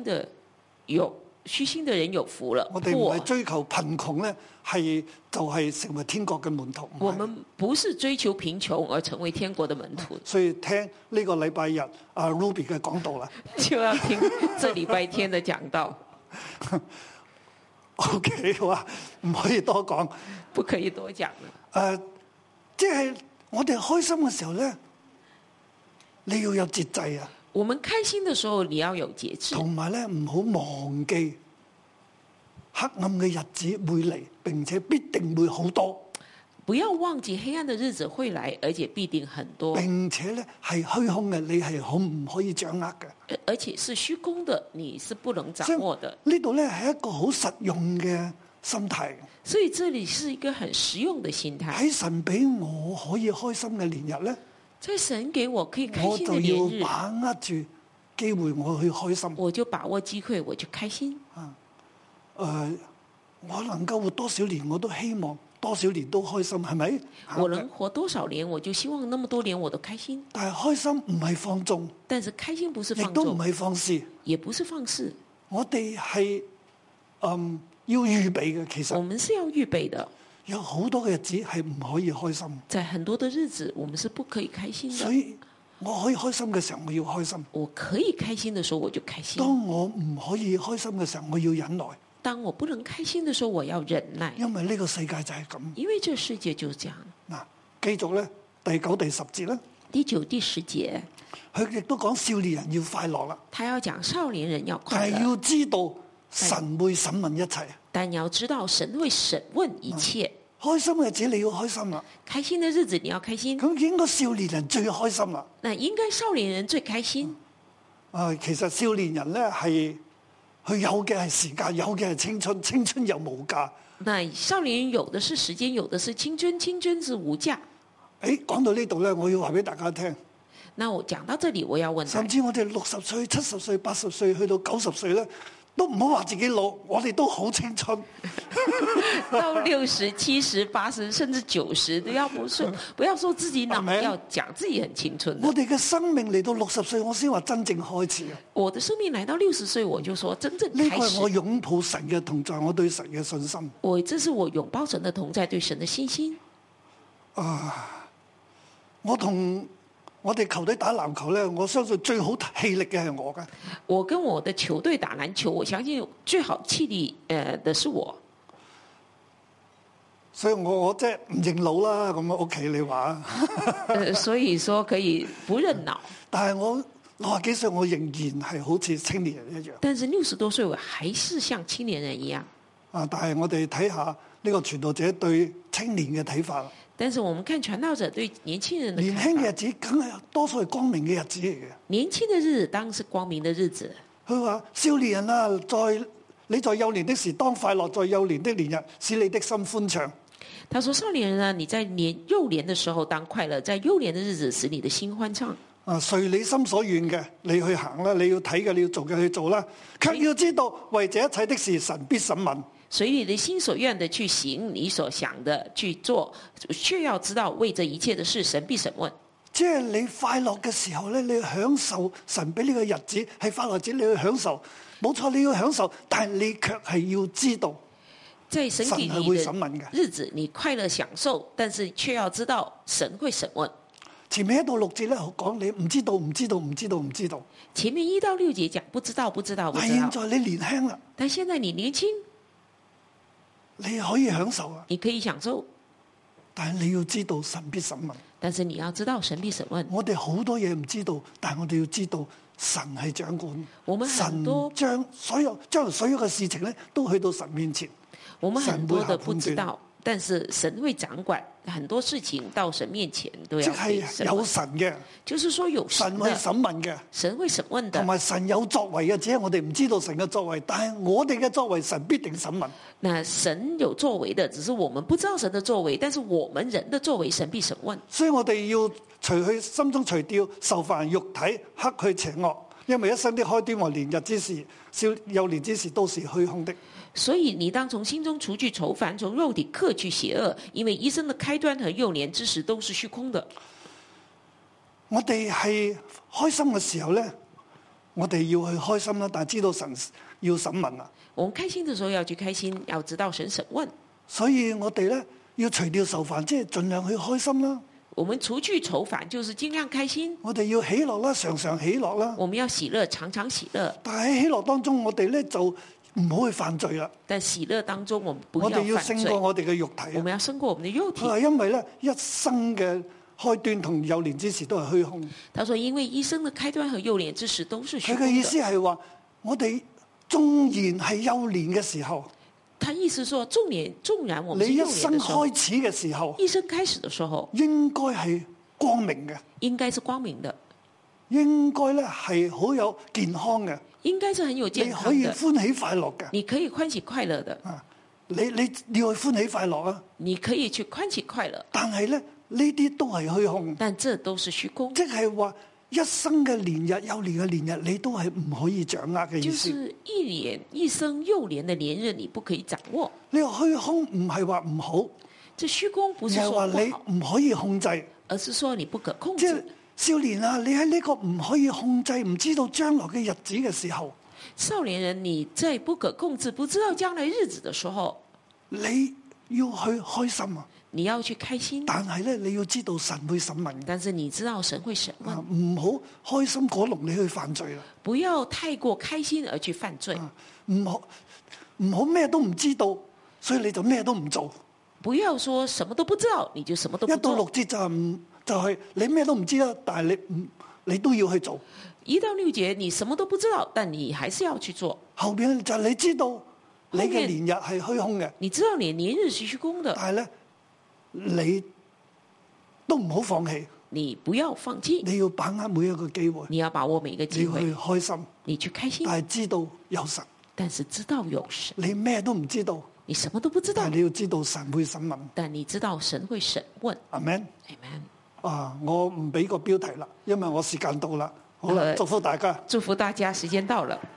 虛心的人有福了。 我哋唔係追求貧窮咧，就係成為天國嘅門徒。 我們不是追求貧窮而成為天國的門徒。 所以聽呢個禮拜日Ruby 嘅講道啦， 就要聽這禮拜天的講道。 OK， 話唔可以多講， 不可以多講。 即係我哋開心嘅時候咧，你要有節制啊。 我們開心的時候，你要有節制。 同埋咧，唔好忘記黑暗嘅日子會嚟，並且必定會好多。 不要忘記黑暗的日子會來，而且必定很多。 並且咧係虛空嘅，你係可唔可以掌握嘅？ 而且是虛空的，你是不能掌握的。 呢度咧係一個好實用嘅心態。 所以這裏是一個很實用的心態。 喺神俾我可以開心嘅年日咧， 在神給我可以開心嘅我年日， 就要把握住機會，我去開心。 我就把握機會，我就開心。 我能夠活多少年，我都希望多少年都開心，係咪？ 我能活多少年，我就希望那麼多年我都開心。 但係開心唔係放縱， 但是開心不是放縱， 亦都唔係放肆， 也不是放肆。 我哋係要預備嘅。其實我們是要預備的。 有好多嘅日子係唔可以開心， 在很多的日子，我們是不可以開心的。 所以我可以開心嘅時候，我要開心。 我可以開心的時候，我就開心。 當我唔可以開心嘅時候，我要忍耐。 當我不能開心的時候，我要忍耐。 因為呢個世界就係咁。 因為這個世界就是這樣。 嗱，繼續咧，第9、第10節咧。 第9、第10節， 佢亦都講少年人要快樂啦。 他要講少年人要快樂， 但係要知道神會審問一切。 但你要知道神會審問一切。 開心嘅日子你要開心啦， 開心的日子你要開心。 咁應該少年人最開心啦。 那應該少年人最開心。 其實少年人咧係佢有嘅係時間，有嘅係青春，青春又無價。 那少年人有的是時間，有的是青春，青春是無價。 講到呢度咧，我要話俾大家聽。 那我講到這裡，我要問， 甚至我哋60歲、70歲、80歲去到90歲咧，都唔好話自己老，我哋都好青春。 到60、70、80甚至90，都要不要說自己老，要講自己很青春。 我哋嘅生命嚟到60歲，我先話真正開始。 我的生命來到60歲，我就說真正開始。 呢個係我擁抱神嘅同在，我對神嘅信心。 這是我擁抱神的同在，對神的信心。 我哋球隊打籃球咧，我相信最好氣力嘅係我㗎。 我跟我的球隊打籃球，我相信最好氣力的是我。 所以我即係唔認老啦，咁屋企你話。 所以說可以不認老。 但係我60幾歲，我仍然係好似青年人一樣。 但是60多歲，我還是像青年人一樣。 但係我哋睇下呢個傳道者對青年嘅睇法。 但是我們看傳道者對年輕人的看法， 年輕嘅日子梗係多數係光明嘅日子嚟嘅。 年輕的日子當然是光明的日子。 佢話少年人啊，你在幼年的時當快樂，在幼年的年日使你的心歡暢。 他說少年人啊，你在幼年的時候當快樂，在幼年的日子使你的心歡暢。 隨你心所願嘅，你去行啦；你要睇嘅，你要做嘅去做啦。卻要知道為這一切的事，神必審問。 隨你的心所願的去行，你所想的去做，卻要知道為這一切的事，神必審問。 即係你快樂嘅時候咧，你享受神俾呢個日子係快樂日子，你去享受，冇錯，你要享受，但係你卻係要知道， 在神給你會審問嘅日子，你快樂享受，但是卻要知道神會審問。 前面1到6節咧講你唔知道，唔知道，唔知道，唔知道。 前面1到6節講不知道，不知道，不知道。 現在你年輕啦， 但現在你年輕。 你可以享受啊！ 你可以享受， 但係你要知道神必審問。 但是你要知道神必審問。 我哋好多嘢唔知道，但係我哋要知道神係掌管。 我們很多將所有嘅事情咧，都去到神面前。 我們很多的不知道，但是神會掌管很多事情，到神面前都要。即係有神嘅， 就是說有神會審問嘅， 神會審問的， 同埋神有作為嘅，只係我哋唔知道神嘅作為，但係我哋嘅作為神必定審問。 那神有作為的，只是我們不知道神的作為，但是我們人的作為神必審問。 所以我哋要除去心中除掉愁煩肉體，克去邪惡，因為一生的開端和年日之時，幼年之時都是虛空的。 所以你當從心中除去愁煩，從肉體克去邪惡，因為一生的開端和幼年之時都是虛空的。 我哋係開心嘅時候呢，我哋要去開心啦，但係知道神要審問啦。 我們開心的時候要去開心，要知道神審問。 所以我哋呢，要除掉愁煩，即係盡量去開心啦。 我們除去愁煩，就是盡量開心。 我哋要喜樂啦，常常喜樂啦。 我們要喜樂，常常喜樂。 但係喺喜樂當中，我哋呢就唔好去犯罪啦。 但喜樂當中，我們不要犯罪。 我哋要勝過我哋嘅肉體。 我們要勝過我們的肉體。 因為呢，一生嘅開端同幼年之時都係虛空。 他說：因為一生的開端和幼年之時都是虛空的。 佢嘅意思係話，我哋縱然係幼年嘅時候， 他意思說，縱然我們你一生開始嘅時候， 一生開始的時候， 應該係光明嘅， 應該是光明的， 應該咧係好有健康嘅， 應該是很有健康的， 你可以歡喜快樂嘅， 你可以歡喜快樂的， 你要去歡喜快樂啊， 你可以去歡喜快樂， 但係咧呢啲都係虛空， 但這都是虛空， 即係話一生嘅年日、幼年嘅年日，你都係唔可以掌握嘅意思。 就是一生幼年嘅年日，你不可以掌握。 呢個虛空唔係話唔好， 這虛空不是說不好， 係話你唔可以控制， 而是說你不可控即係制。 少年啊，你喺呢個唔可以控制、唔知道將來嘅日子嘅時候， 少年人你在不可控制、不知道將來日子的時候， 你要去開心啊！ 你要去開心， 但係咧，你要知道神會審問。 但是你知道神會審問， 唔好開心果龍你去犯罪啦！ 不要太過開心而去犯罪， 唔好咩都唔知道，所以你就咩都唔做。 不要說什麼都不知道，你就什麼都不做。 一到6節就係你咩都唔知啦，但係你都要去做。 1到6節你什麼都不知道，但你還是要去做。 後邊就係你知道你嘅年日係虛空嘅， 你知道你年日是虛空的， 但係咧你都唔好放棄， 你不要放棄， 你要把握每一個機會， 你要把握每一個機會， 你去開心， 你去開心， 但係知道有神， 但是知道有神， 你咩都唔知道， 你什麼都不知道， 但係你要知道神會審問， 但你知道神會審問。 阿們， 阿們。 我唔俾個標題啦，因為我時間到啦。好啦，祝福大家， 祝福大家，時間到了。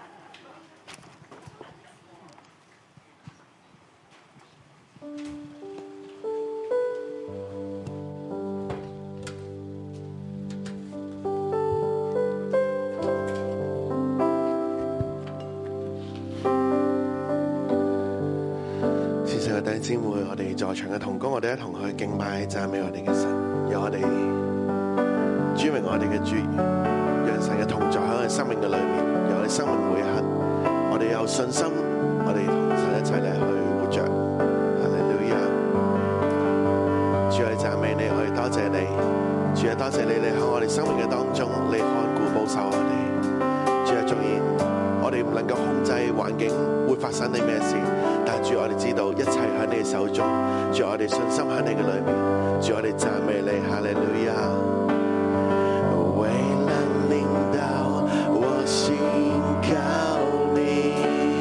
弟兄姊妹，我哋在場嘅同工，我哋一同去敬拜讚美我哋嘅神，讓我哋尊榮我哋嘅主，讓神嘅同在喺我哋生命嘅裏面，讓我哋生命每一刻，我哋有信心，我哋同神一齊嚟去活着。哈利路亞！主啊，讚美你，我哋多謝你，主啊，多謝你，你喺我哋生命嘅當中，你看顧保守我哋。主啊，縱然我哋唔能夠控制環境會發生啲咩事，但係主，我哋知道一切喺你嘅手中。主，我哋信心喺你嘅裏面。主，我哋讚美你，哈利路亞。為能領導我信靠你，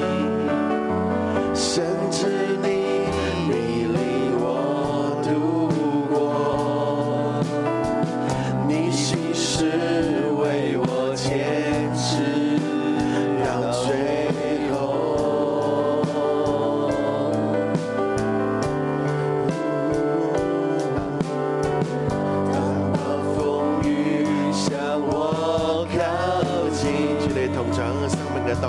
甚至你領我度過，你心事為我堅持到最後。當暴風雨向我靠近，主你同在生命嘅當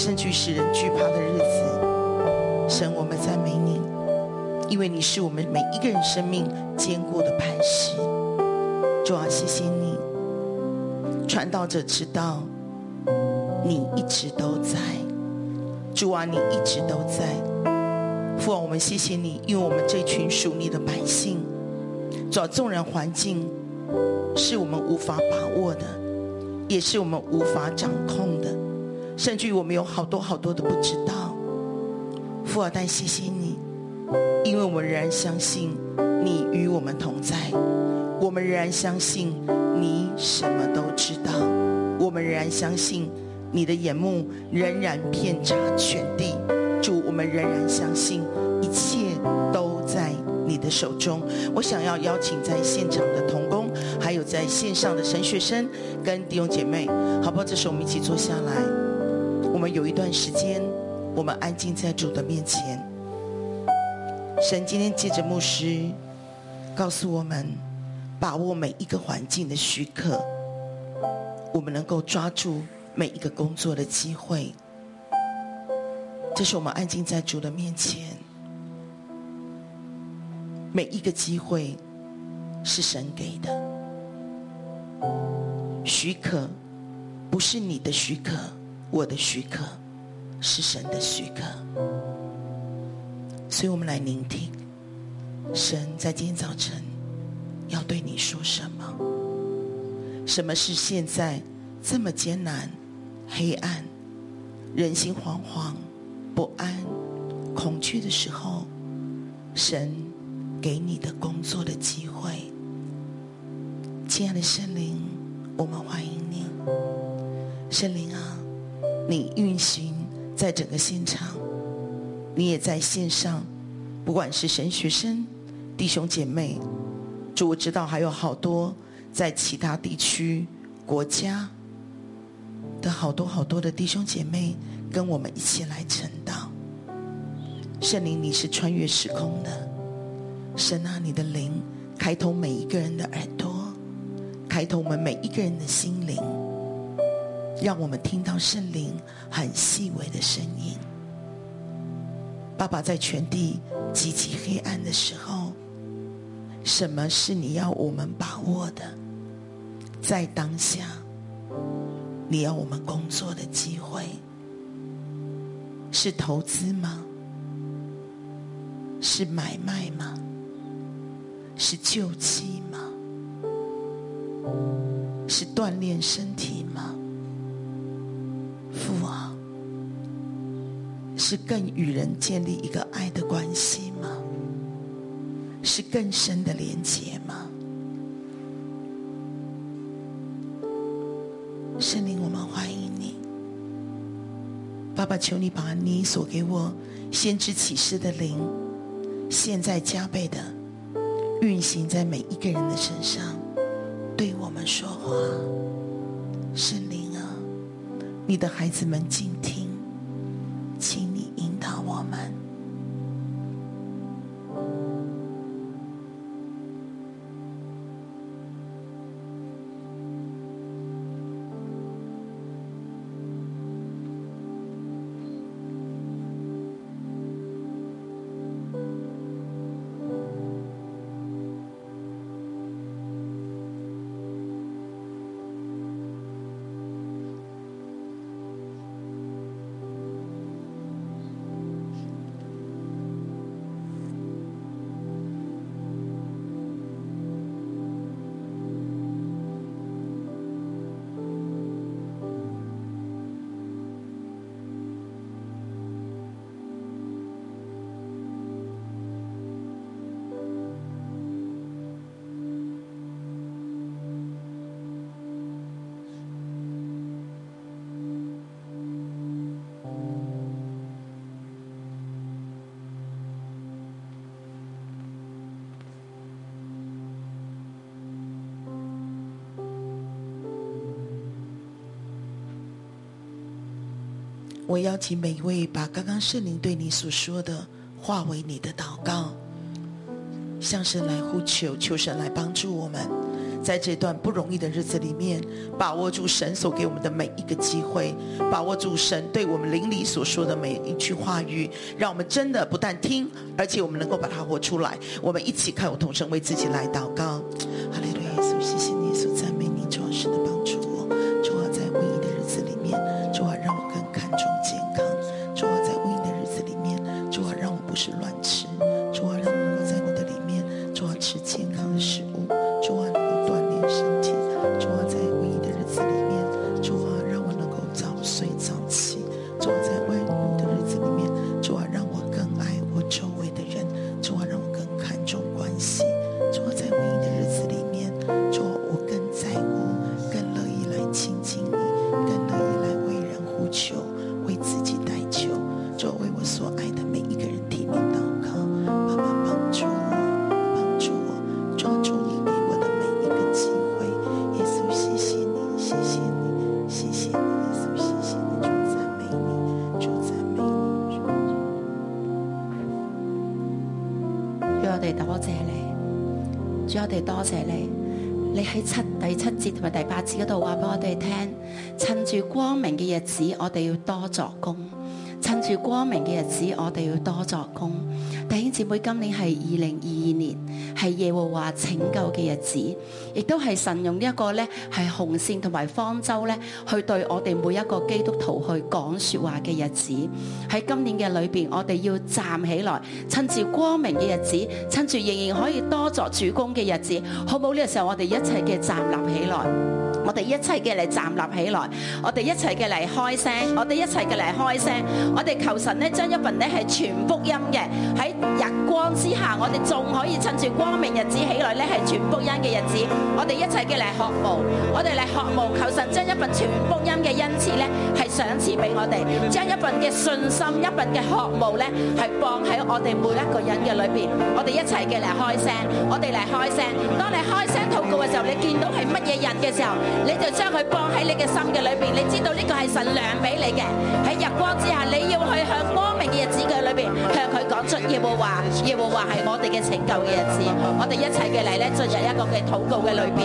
甚至于使人惧怕的日子。神，我们赞美你，因为你是我们每一个人生命坚固的磐石。主啊，谢谢你，传道者知道你一直都在。主啊，你一直都在。父啊，我们谢谢你，因为我们这群属你的百姓，主啊，纵然环境是我们无法把握的，也是我们无法掌控的，甚至于我们有好多好多的不知道。父啊，但谢谢你，因为我们仍然相信你与我们同在，我们仍然相信你什么都知道，我们仍然相信你的眼目仍然遍察全地。主，我们仍然相信一切都在你的手中。我想要邀请在现场的同工，还有在线上的神学生跟弟兄姐妹，好不好？这时候我们一起坐下来，我们有一段时间，我们安静在主的面前。神今天借着牧师告诉我们，把握每一个环境的许可，我们能够抓住每一个工作的机会。这是我们安静在主的面前，每一个机会是神给的，许可不是你的许可，我的许可，是神的许可。所以我们来聆听神在今天早晨要对你说什么。什么是现在这么艰难、黑暗、人心惶惶、不安、恐惧的时候，神给你的工作的机会？亲爱的圣灵，我们欢迎你。圣灵啊，你运行在整个现场，你也在线上，不管是神学生、弟兄姐妹，主，我知道还有好多在其他地区、国家的好多好多的弟兄姐妹，跟我们一起来晨祷。圣灵，你是穿越时空的神啊，你的灵开通每一个人的耳朵，开通我们每一个人的心灵，让我们听到圣灵很细微的声音。爸爸，在全地极其黑暗的时候，什么是你要我们把握的？在当下你要我们工作的机会，是投资吗？是买卖吗？是救济吗？是锻炼身体吗？父啊，是更与人建立一个爱的关系吗？是更深的连结吗？圣灵，我们欢迎你。爸爸，求你把你所给我先知启示的灵，现在加倍的运行在每一个人的身上，对我们说话。圣灵啊，你的孩子们静听，请你引导我们。我邀请每一位把刚刚圣灵对你所说的化为你的祷告，向神来呼求，求神来帮助我们， 在这段不容易的日子里面，把握住神所给我们的每一个机会，把握住神对我们灵里所说的每一句话语，让我们真的不但听，而且我们能够把它活出来。我们一起看我同声为自己来祷告。哈利路亚，耶稣，谢谢你，耶稣，赞美你，主啊，神的帮助我，主啊，在瘟疫的日子里面，主啊，让我更看重健康，主啊，在瘟疫的日子里面，主啊，让我不是乱吃，主啊，让我能够在你的里面，主啊，吃健康的食物，主啊，能够锻炼身体，主啊，在瘟疫的日子里面，主啊，让我能够早睡早起，主啊，在瘟疫的日子里面，主啊，让我更爱我周围的人，主啊，让我更看重关系，主啊，在瘟疫的日子里面，主啊，我更在乎，更乐意来亲近你，更乐意来为人呼求，为自己代求，主啊，为我所爱的每一个人提名祷告，爸爸帮助我，帮助我，抓住你给我的每一个机会，耶稣，谢谢你，谢谢你，谢谢你，耶稣，谢谢你，主赞美你，主赞美你。 主，我哋多謝你，主，我哋多謝你。你喺第七節同埋第八節嗰度話俾我哋聽，趁住光明嘅日子，我哋要多作工。趁住光明嘅日子，我哋要多作工。弟兄姊妹，今年係2022年，係耶和華拯救嘅日子，亦都係神用呢一個咧係紅線同埋方舟咧，去對我哋每一個基督徒去講說話嘅日子。喺今年嘅裏邊，我哋要站起來，趁住光明嘅日子，趁住仍然可以多作主工嘅日子，好唔好？呢個時候我哋一齊嘅站立起來。我哋一齊嘅嚟站立起來，我哋一齊嘅嚟開聲，我哋一齊嘅嚟開聲，我哋求神咧將一份咧係傳福音嘅喺日光之下，我哋仲可以趁住光明日子起來咧係傳福音嘅日子，我哋一齊嘅嚟學務，我哋嚟學務，求神將一份傳福音嘅恩賜咧係賞賜俾我哋，將一份嘅信心、一份嘅學務咧係放喺我哋每一個人嘅裏邊，我哋一齊嘅嚟開聲，我哋嚟開聲。當你開聲禱告嘅時候，你見到係乜嘢人嘅時候，你就將佢放喺你嘅心嘅裏邊，你知道呢個係神量俾你嘅。喺日光之下，你要去向光明嘅日子嘅裏邊，向佢講出耶和華，耶和華係我哋嘅拯救嘅日子。我哋一齊嘅嚟咧進入一個嘅禱告嘅裏邊。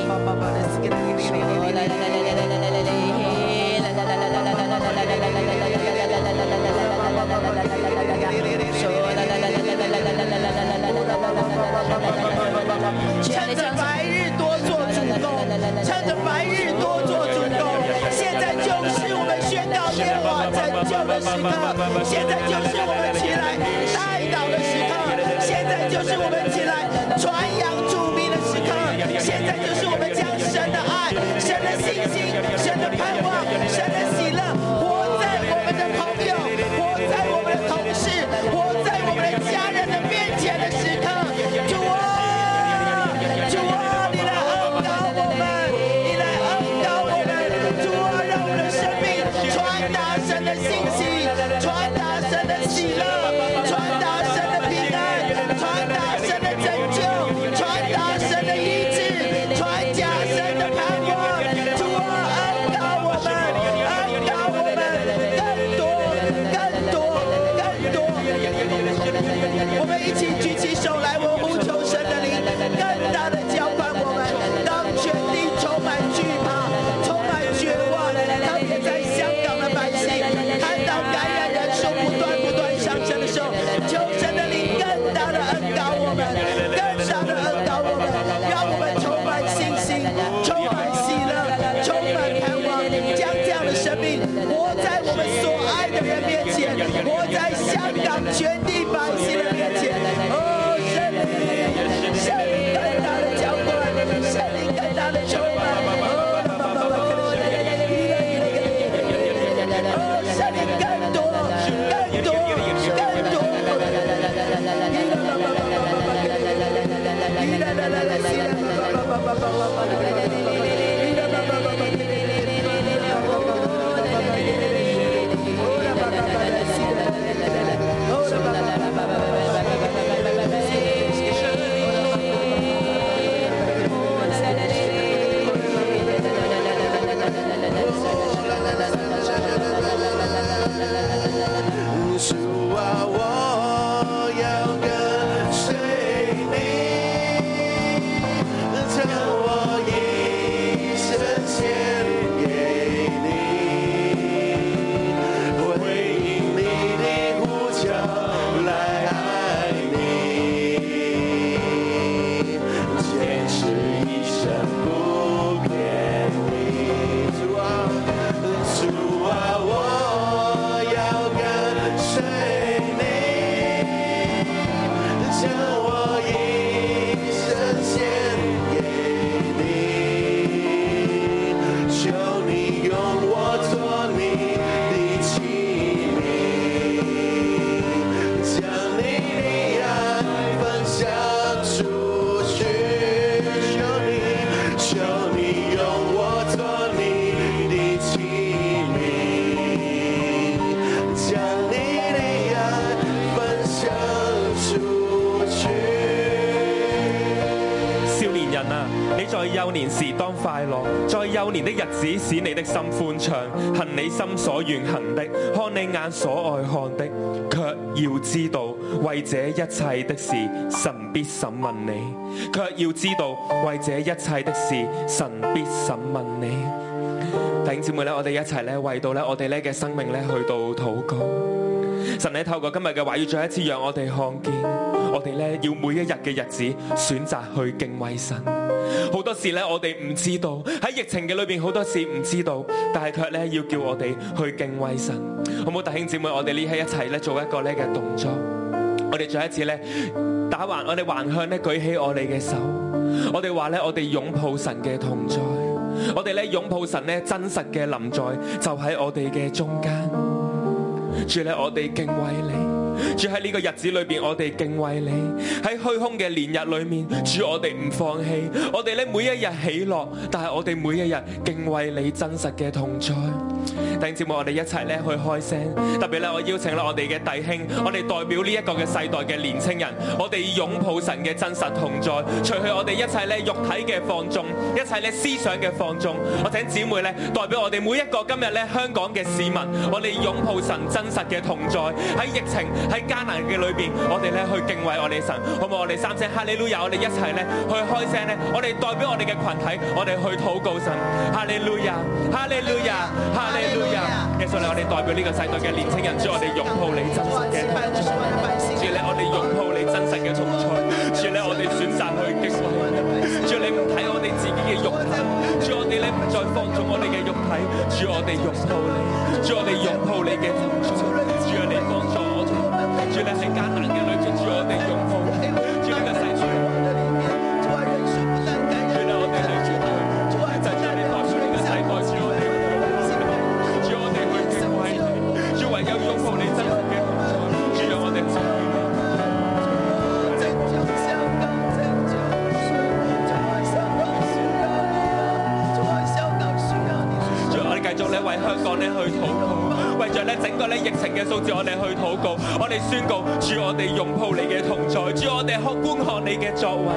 趁着白日多做主工，趁着白日多做主工，现在就是我们宣告耶和华拯救的时刻，现在就是我们起来代祷的时刻，现在就是我们起来传扬主名的时刻，现在就是我们将神的爱、神的信心、神的盼望、神的喜乐活在我们的朋友、活在我们的同事、活在我们的家人的面前的时刻。主啊，主啊，你来恩膏我们，你来恩膏我们，主啊，让我们的生命传达神的信息，传达神的喜乐。 啊，你在幼年時當快樂，在幼年的日子使你的心歡暢，行你心所願行的，看你眼所愛看的，卻要知道為這一切的事，神必審問你。卻要知道為這一切的事，神必審問你。弟兄姊妹咧，我哋一齊咧為到咧我哋咧嘅生命咧去到禱告。神咧透過今日嘅話語，再一次讓我哋看見，我哋咧要每一日嘅日子選擇去敬畏神。好多事咧我哋唔知道，喺疫情嘅裏邊好多事唔知道，但係卻咧要叫我哋去敬畏神。好唔好，弟兄姊妹？我哋呢喺一齊咧做一個咧嘅動作，我哋再一次咧打橫，我哋橫向咧舉起我哋嘅手，我哋話咧我哋擁抱神嘅同在，我哋咧擁抱神咧真實嘅臨在，就喺我哋嘅中間。主咧，我哋敬畏你，主喺呢個日子裏邊，我哋敬畏你。喺虛空嘅年日裏面，主我哋唔放棄，我哋咧每一日喜樂，但係我哋每一日敬畏你真實嘅同在。弟兄姊妹，我哋一齊咧去開聲，特別咧我邀請啦我哋嘅弟兄，我哋代表呢一個嘅世代嘅年青人，我哋擁抱神嘅真實同在，除去我哋一切咧肉體嘅放縱，一切咧思想嘅放縱。我請姊妹咧代表我哋每一個今日咧香港嘅市民，我哋擁抱神真實嘅同在。喺疫情喺艱難嘅裏邊，我哋咧去敬畏我哋神，好唔好？我哋三聲哈利路亞，我哋一齊咧去開聲咧，我哋代表我哋嘅群體，我哋去禱告神，哈利路亞，哈利路亞，哈利路亞。耶穌咧，我哋代表呢個世代嘅年輕人，主我哋擁抱你真實嘅同在，主咧我哋擁抱你真實嘅同在，主咧我哋選擇去敬畏你，主你唔睇我哋自己嘅肉體，主我哋咧唔再放縱我哋嘅肉體，主我哋擁抱你，主我哋擁抱你嘅同在，主啊你幫助我哋，主咧喺艱難嘅裏邊，主我哋擁抱你，主呢個世代，主咧我哋去擁抱，就係你代表呢個世代，主我哋。唯有擁抱你真實嘅同在，主讓我哋參與。主，我哋繼續咧為香港咧去禱告，為着咧整個咧疫情嘅數字，我哋去禱告，我哋宣告，主我哋擁抱你嘅同在，主我哋觀看你嘅作為。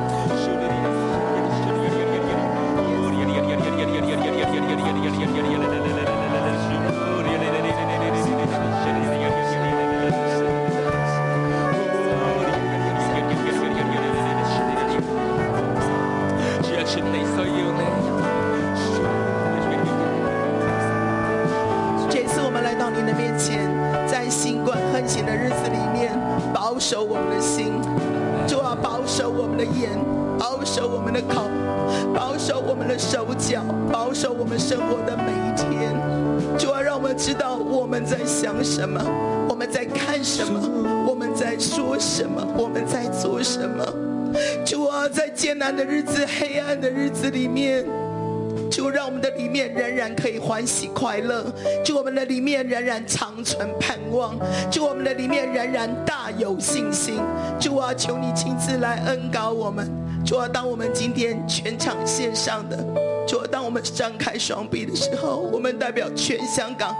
保守我们的心，主啊，保守我们的眼，保守我们的口，保守我们的手脚，保守我们生活的每一天。主啊，让我们知道我们在想什么，我们在看什么，我们在说什么，我们在做什么。主啊，在艰难的日子、黑暗的日子里面，主让我们的里面仍然可以欢喜快乐，主我们的里面仍然长存盼望，主我们的里面仍然大有信心。主啊，求你亲自来恩膏我们。主啊，当我们今天全场线上的，主啊，当我们张开双臂的时候，我们代表全香港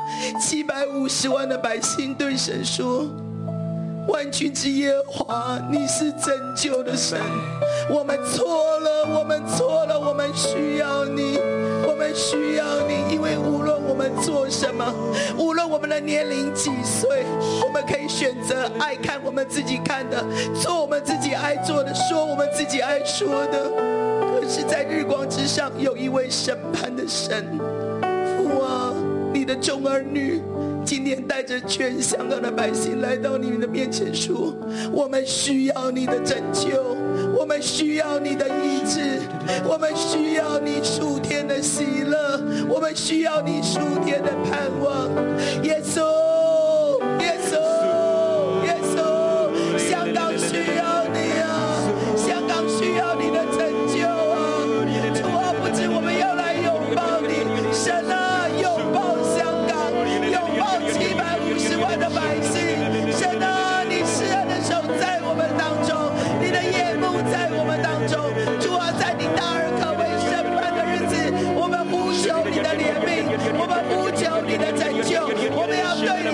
750万的百姓对神说：万军之耶和华，你是拯救的神。我们错了，我们错了，我们需要你，我们需要你，因为无论我们做什么，无论我们的年龄几岁，我们可以选择爱看我们自己看的，做我们自己爱做的，说我们自己爱说的。可是在日光之上有一位审判的神，父啊，你的众儿女今天带着全香港的百姓来到你的面前说，我们需要你的拯救，我们需要你的医治，我们需要你数天的喜乐，我们需要你数天的盼望。耶稣，耶稣，耶稣，香港需要你啊，香港需要你的拯救啊。主啊，不止我们要来拥抱你，神啊，拥抱香港，拥抱750万的百姓。神啊，你施恩的手在我们当中，你的眼目在我们当中。主啊，在你大而可畏审判的日子，我们呼求你的怜悯，我们呼求你的拯救，我们要对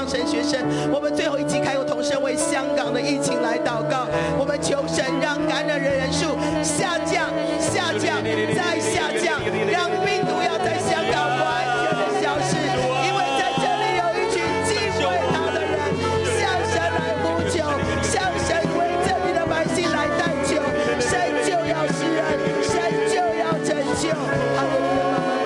神学生。我们最后一集开口同声为香港的疫情来祷告，我们求神让感染人数下降，下降，再下降，让病毒要在香港完全的消失。因为在这里有一群敬畏他的人，向神来呼求，向神为这里的百姓来代求，神就要施恩，神就要拯救。哈利路亚。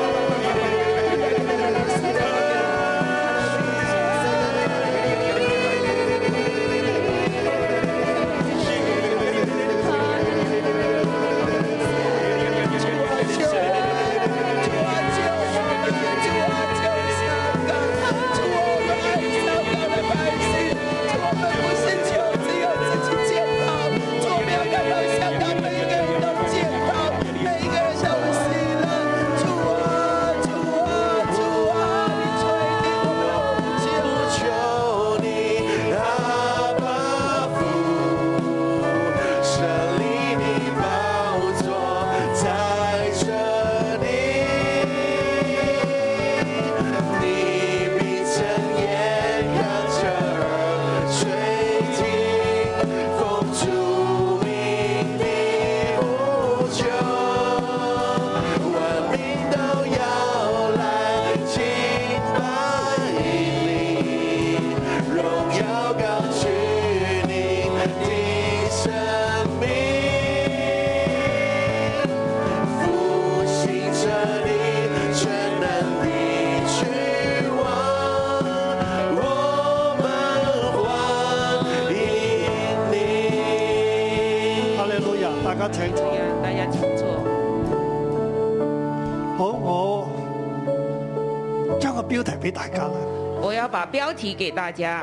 我要把标題給大家，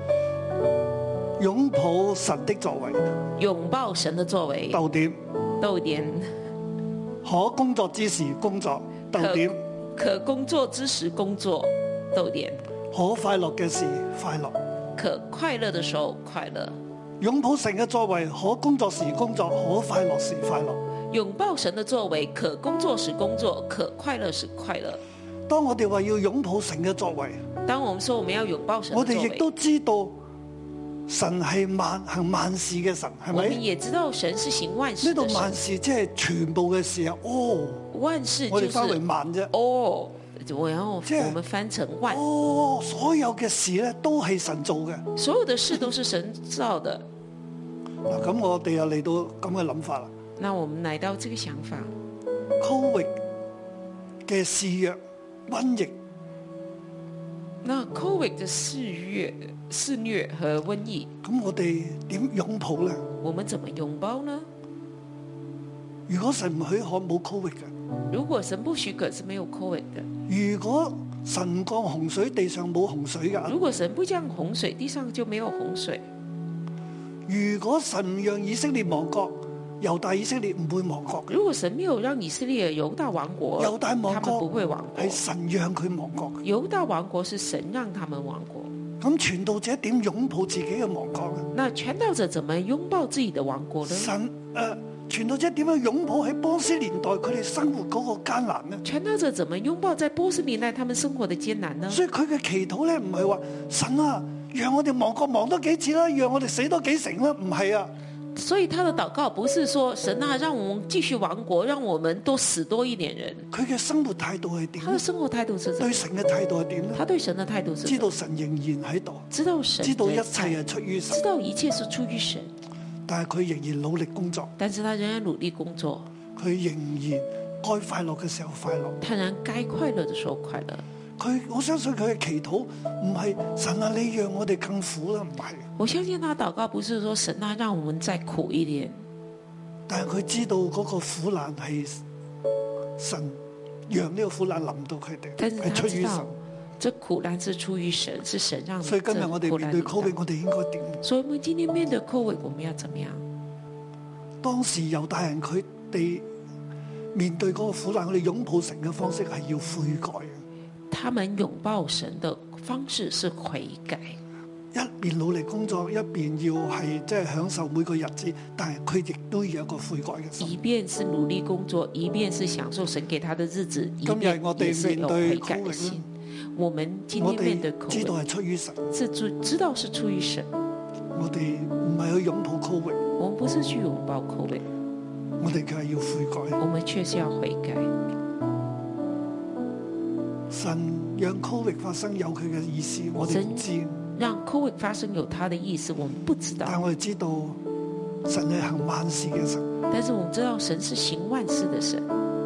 擁抱神的作為， 擁抱神的作為， 逗點， 逗點， 可工作之時工作，逗點， 可工作之時工作，逗點， 可快樂嘅時快樂， 可快樂的時候快樂， 擁抱神嘅作為，可工作時工作，可快樂時快樂， 擁抱神的作為，可工作時工作，可快樂時快樂。 當我哋話要擁抱神嘅作為， 當我們說我們要擁抱神的作為， 我哋亦都知道神係行萬事嘅神，係咪？ 我們也知道神是行萬事的神。 呢度萬事即係全部嘅事啊！哦， 萬事就是、 我哋翻為萬啫。 哦，然後我們翻成萬。 哦，所有嘅事咧都係神做嘅。 所有的事都是神造的。 嗱，咁我哋又嚟到咁嘅諗法啦。 那我們來到這個想法。 COVID 嘅肆虐、瘟疫。 那 COVID 的肆虐和瘟疫， 咁我哋點擁抱咧？ 我們怎麼擁抱呢？ 如果神唔許可冇 COVID 嘅， 如果神不許可是沒有 COVID 的。 如果神降洪水，地上冇洪水噶。 如果神不降洪水，地上就沒有洪水。 如果神唔讓以色列亡國，猶大以色列唔會亡國。 如果神沒有讓以色列猶大亡國， 猶大亡國， 他們不會亡國， 係神讓佢亡國。 猶大亡國是神讓他們亡國。 咁傳道者點擁抱自己嘅亡國呢？ 那傳道者怎麼擁抱自己的亡國呢？ 傳道者點樣擁抱喺波斯年代佢哋生活嗰個艱難呢？ 傳道者怎麼擁抱在波斯年代他們生活的艱難呢？ 所以佢嘅祈禱咧唔係話神啊，讓我哋亡國亡多幾次啦，讓我哋死多幾成啦，唔係啊。 所以他的禱告不是說神啊，讓我們繼續亡國，讓我們多死多一點人。 佢嘅生活態度係點？ 他的生活態度是對神嘅態度係點呢？ 他對神的態度是知道神仍然喺度， 知道神， 知道一切係出於神， 知道一切是出於神。 但係佢仍然努力工作， 但是他仍然努力工作。 佢仍然該快樂嘅時候快樂， 他仍然該快樂的時候快樂。 我相信佢嘅祈禱唔係神啊，你讓我哋更苦啦，唔係。 我相信他禱告不是說神啊，讓我們再苦一點。 但係佢知道嗰個苦難係神讓呢個苦難臨到佢哋，係出於神。 這苦難是出於神，是神讓。 所以今日我哋面對 COVID， 我哋應該點？ 所以我們今天面對 COVID， 我們要怎麼樣？ 當時猶大人佢哋面對嗰個苦難，我哋擁抱神嘅方式係要悔改。 他們擁抱神的方式是悔改， 一邊努力工作，一邊要係即係享受每個日子，但係佢亦都要有一個悔改嘅心。 一邊是努力工作，一邊是享受神給他的日子， 今日我哋面對悔改的心。 我們今天面對 COVID， 知道係出於神， 知道是出於神。 我哋唔係去擁抱 COVID， 我們不是去擁抱 COVID， 我哋卻係要悔改。 我們卻是要悔改。 神讓 COVID 發生有佢嘅意思，我哋唔知。 讓 COVID 發生有他的意思，我們不知道。 但我哋知道神係行萬事嘅神。 但是我們知道神是行萬事的神。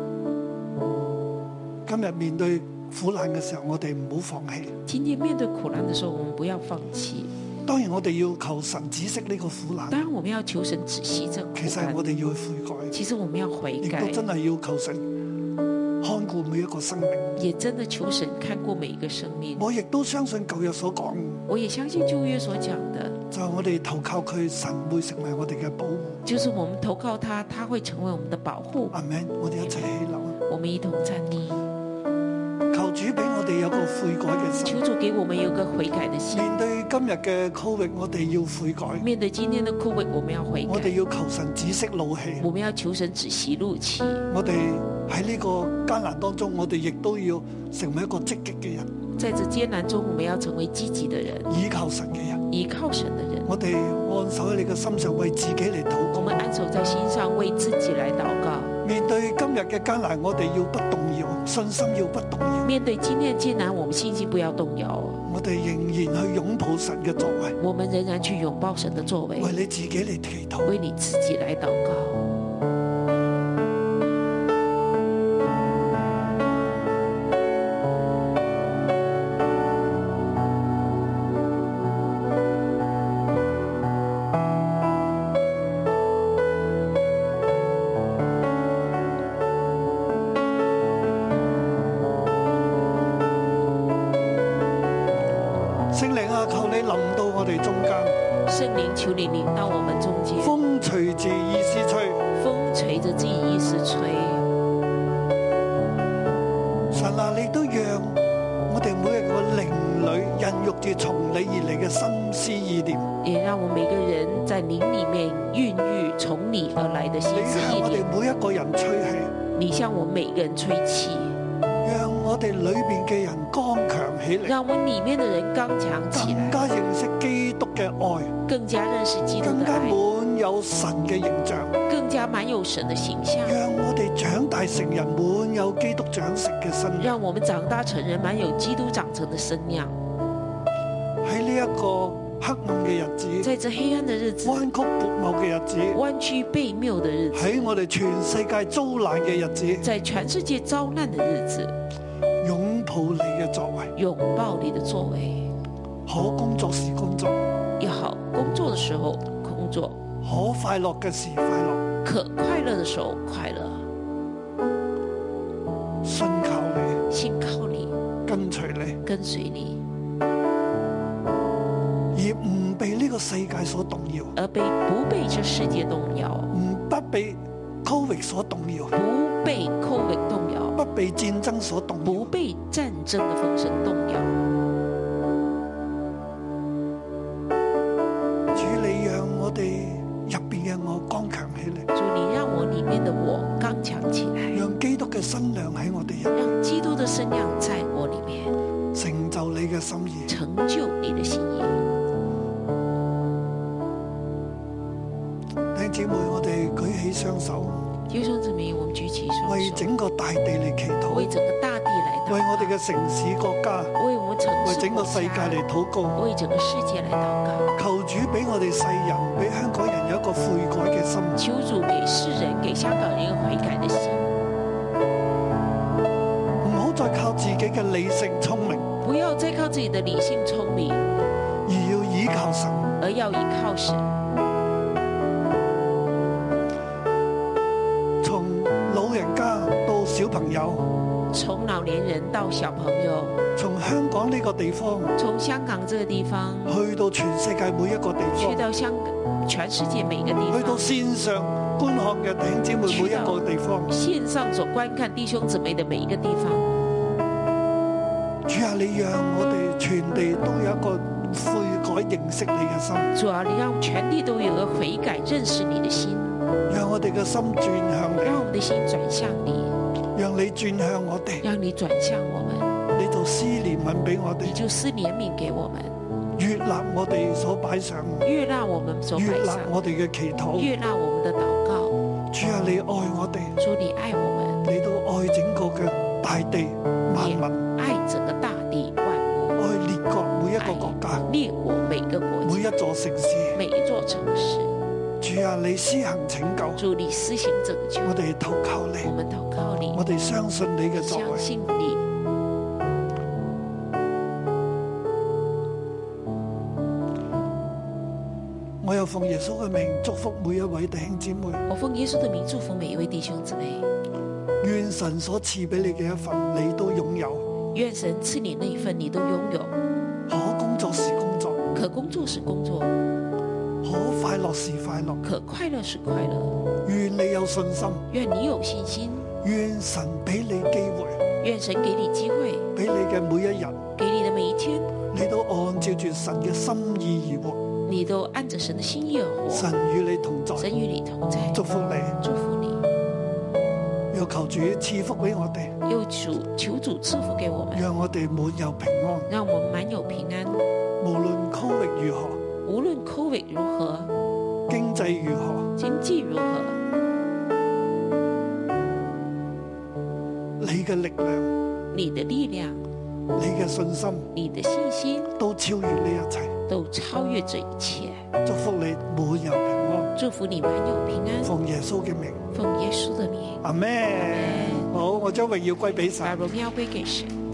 今日面對苦難嘅時候，我哋唔好放棄。 今天面對苦難的時候，我們不要放棄。 當然我哋要求神止息呢個苦難。 當然我們要求神止息這個苦難。 其實我哋要去悔改。 其實我們要悔改。 亦都真係要求神看顧每一個生命。 也真的求神看顧每一個生命。 我亦都相信舊約所講。 我也相信舊約所講的。 就係我哋投靠佢，神會成為我哋嘅保護。 就是我們投靠他，他會成為我們的保護。 阿們，我哋一齊起立。 我們一同站立。 求主俾我哋有個悔改嘅心。 求主給我們有個悔改的心。 面對今日嘅 COVID， 我哋要悔改。 面對今天的 COVID， 我們要悔改。 我哋要求神止息怒氣。 我們要求神止息怒氣。 我哋喺呢個艱難當中，我哋亦都要成為一個積極嘅人。 在這艱難中，我們要成為積極的人， 依靠神嘅人， 依靠神的人。 我哋按手喺你嘅心上，為自己嚟禱告。 我們按手在心上，為自己來禱告。 面對今日嘅艱難，我哋要不動搖，信心要不動搖。 面對今天艱難，我們信心不要動搖。 我哋仍然去擁抱神嘅作為。 我們仍然去擁抱神的作為。 為你自己嚟祈禱， 為你自己來禱告。 聖靈啊，求你臨到我哋中間。 聖靈，求你臨到我們中間。 風隨着意思吹， 風隨着自己意思吹。 神啊，你都讓我哋每一個靈裏孕育住從你而嚟嘅心思意念。 也讓我每個人在靈裏面孕育從你而來的心思意念。 你向我哋每一個人吹氣， 你向我每個人吹氣。 讓我哋裏邊嘅人剛強起嚟， 讓我們裏面的人剛強起來， 更加認識基督嘅愛， 更加認識基督的愛， 更加滿有神嘅形象， 更加滿有神的形象。 讓我哋長大成人，滿有基督長成嘅身量。 讓我們長大成人，滿有基督長成的身量。 喺呢一個黑暗嘅日子， 在這黑暗的日子， 彎曲悖謬嘅日子， 彎曲悖謬的日子， 喺我哋全世界遭難嘅日子， 在全世界遭難的日子， 擁抱你嘅作為， 擁抱你的作為， 可工作時工作， 也好工作的時候工作， 可快樂嘅時快樂， 可快樂的時候快樂， 信靠你， 信靠你， 跟隨你， 跟隨你， 而唔被呢個世界所動搖， 而不被這世界動搖， 不被 COVID 所動搖， 不被 COVID 動搖， 不被戰爭所動搖， 不被戰爭的風聲動搖。 主，你讓我哋入邊嘅我剛強起嚟。 主，你讓我裡面的我剛強起來。 讓基督嘅身量喺我哋入邊。 讓基督的身量在我裡面。 成就你嘅心意。 成就你的心意。 弟兄姊妹，我哋舉起雙手。 弟兄姊妹，我們舉起雙手。 為整個大地嚟祈禱。 為整個大地來禱告。 為我哋嘅城市國家。 為我們城市國家。 為整個世界嚟禱告。 為整個世界來禱告。 求主俾我哋世人，俾香港人有一個悔改嘅心。 求主給世人，給香港人一個悔改的心。 唔好再靠自己嘅理性聰明。 不要再靠自己的理性聰明， 而要依靠神。 而要依靠神。 從老人家到小朋友， 從老年人到小朋友， 從香港呢個地方， 從香港這個地方去到全世界每一個地方， 去到香港全世界每個地方， 去到線上觀看嘅弟兄姊妹每一個地方， 線上所觀看弟兄姊妹的每一個地方。 主啊，你讓我哋全地都有一個悔改認識你嘅心。 主啊，你讓全地都有一個悔改認識你的心。 讓我哋嘅心轉向你。 讓我們的心轉向你。 讓你轉向我哋。 讓你轉向我們。 你就施憐憫俾我哋， 你就施憐憫給我們， 悅納我哋所擺上， 悅納我們所擺上， 悅納我哋嘅祈禱， 悅納我們的禱告。 主啊，你愛我哋， 主你愛我們， 你都愛整個嘅大地萬民， 愛整個大地萬物， 愛列國每一個國家， 列國每個國家， 每一座城市， 每一座城市。 主啊，你施行拯救， 主你施行拯救， 我哋投靠你， 我們投靠你， 我哋相信你嘅作為， 相信你。 我又奉耶穌嘅名祝福每一位弟兄姊妹。 我奉耶穌的名祝福每一位弟兄姊妹。 願神所賜俾你嘅一份，你都擁有。 願神賜你那一份，你都擁有。 可工作是工作， 可工作是工作， 可快樂是快樂， 可快樂是快樂。 願你有信心， 願你有信心。 願神俾你機會， 願神給你機會， 俾你嘅每一日， 給你的每一天， 你都按照住神嘅心意而活。 你都按着神的心意而活。 神與你同在， 神與你同在， 祝福你， 祝福你。 又求主賜福俾我哋， 又求主賜福給我們， 讓我哋滿有平安， 讓我們滿有平安。 無論 COVID 如何， 無論 COVID 如何， 經濟如何， 經濟如何， 你嘅力量， 你的力量， 你嘅信心， 你的信心都超越呢一切， 都超越這一切。 祝福你滿有平安， 祝福你滿有平安。 奉耶穌嘅名， 奉耶穌的名。 阿們。好，我將榮耀歸俾神。 把榮耀歸給神。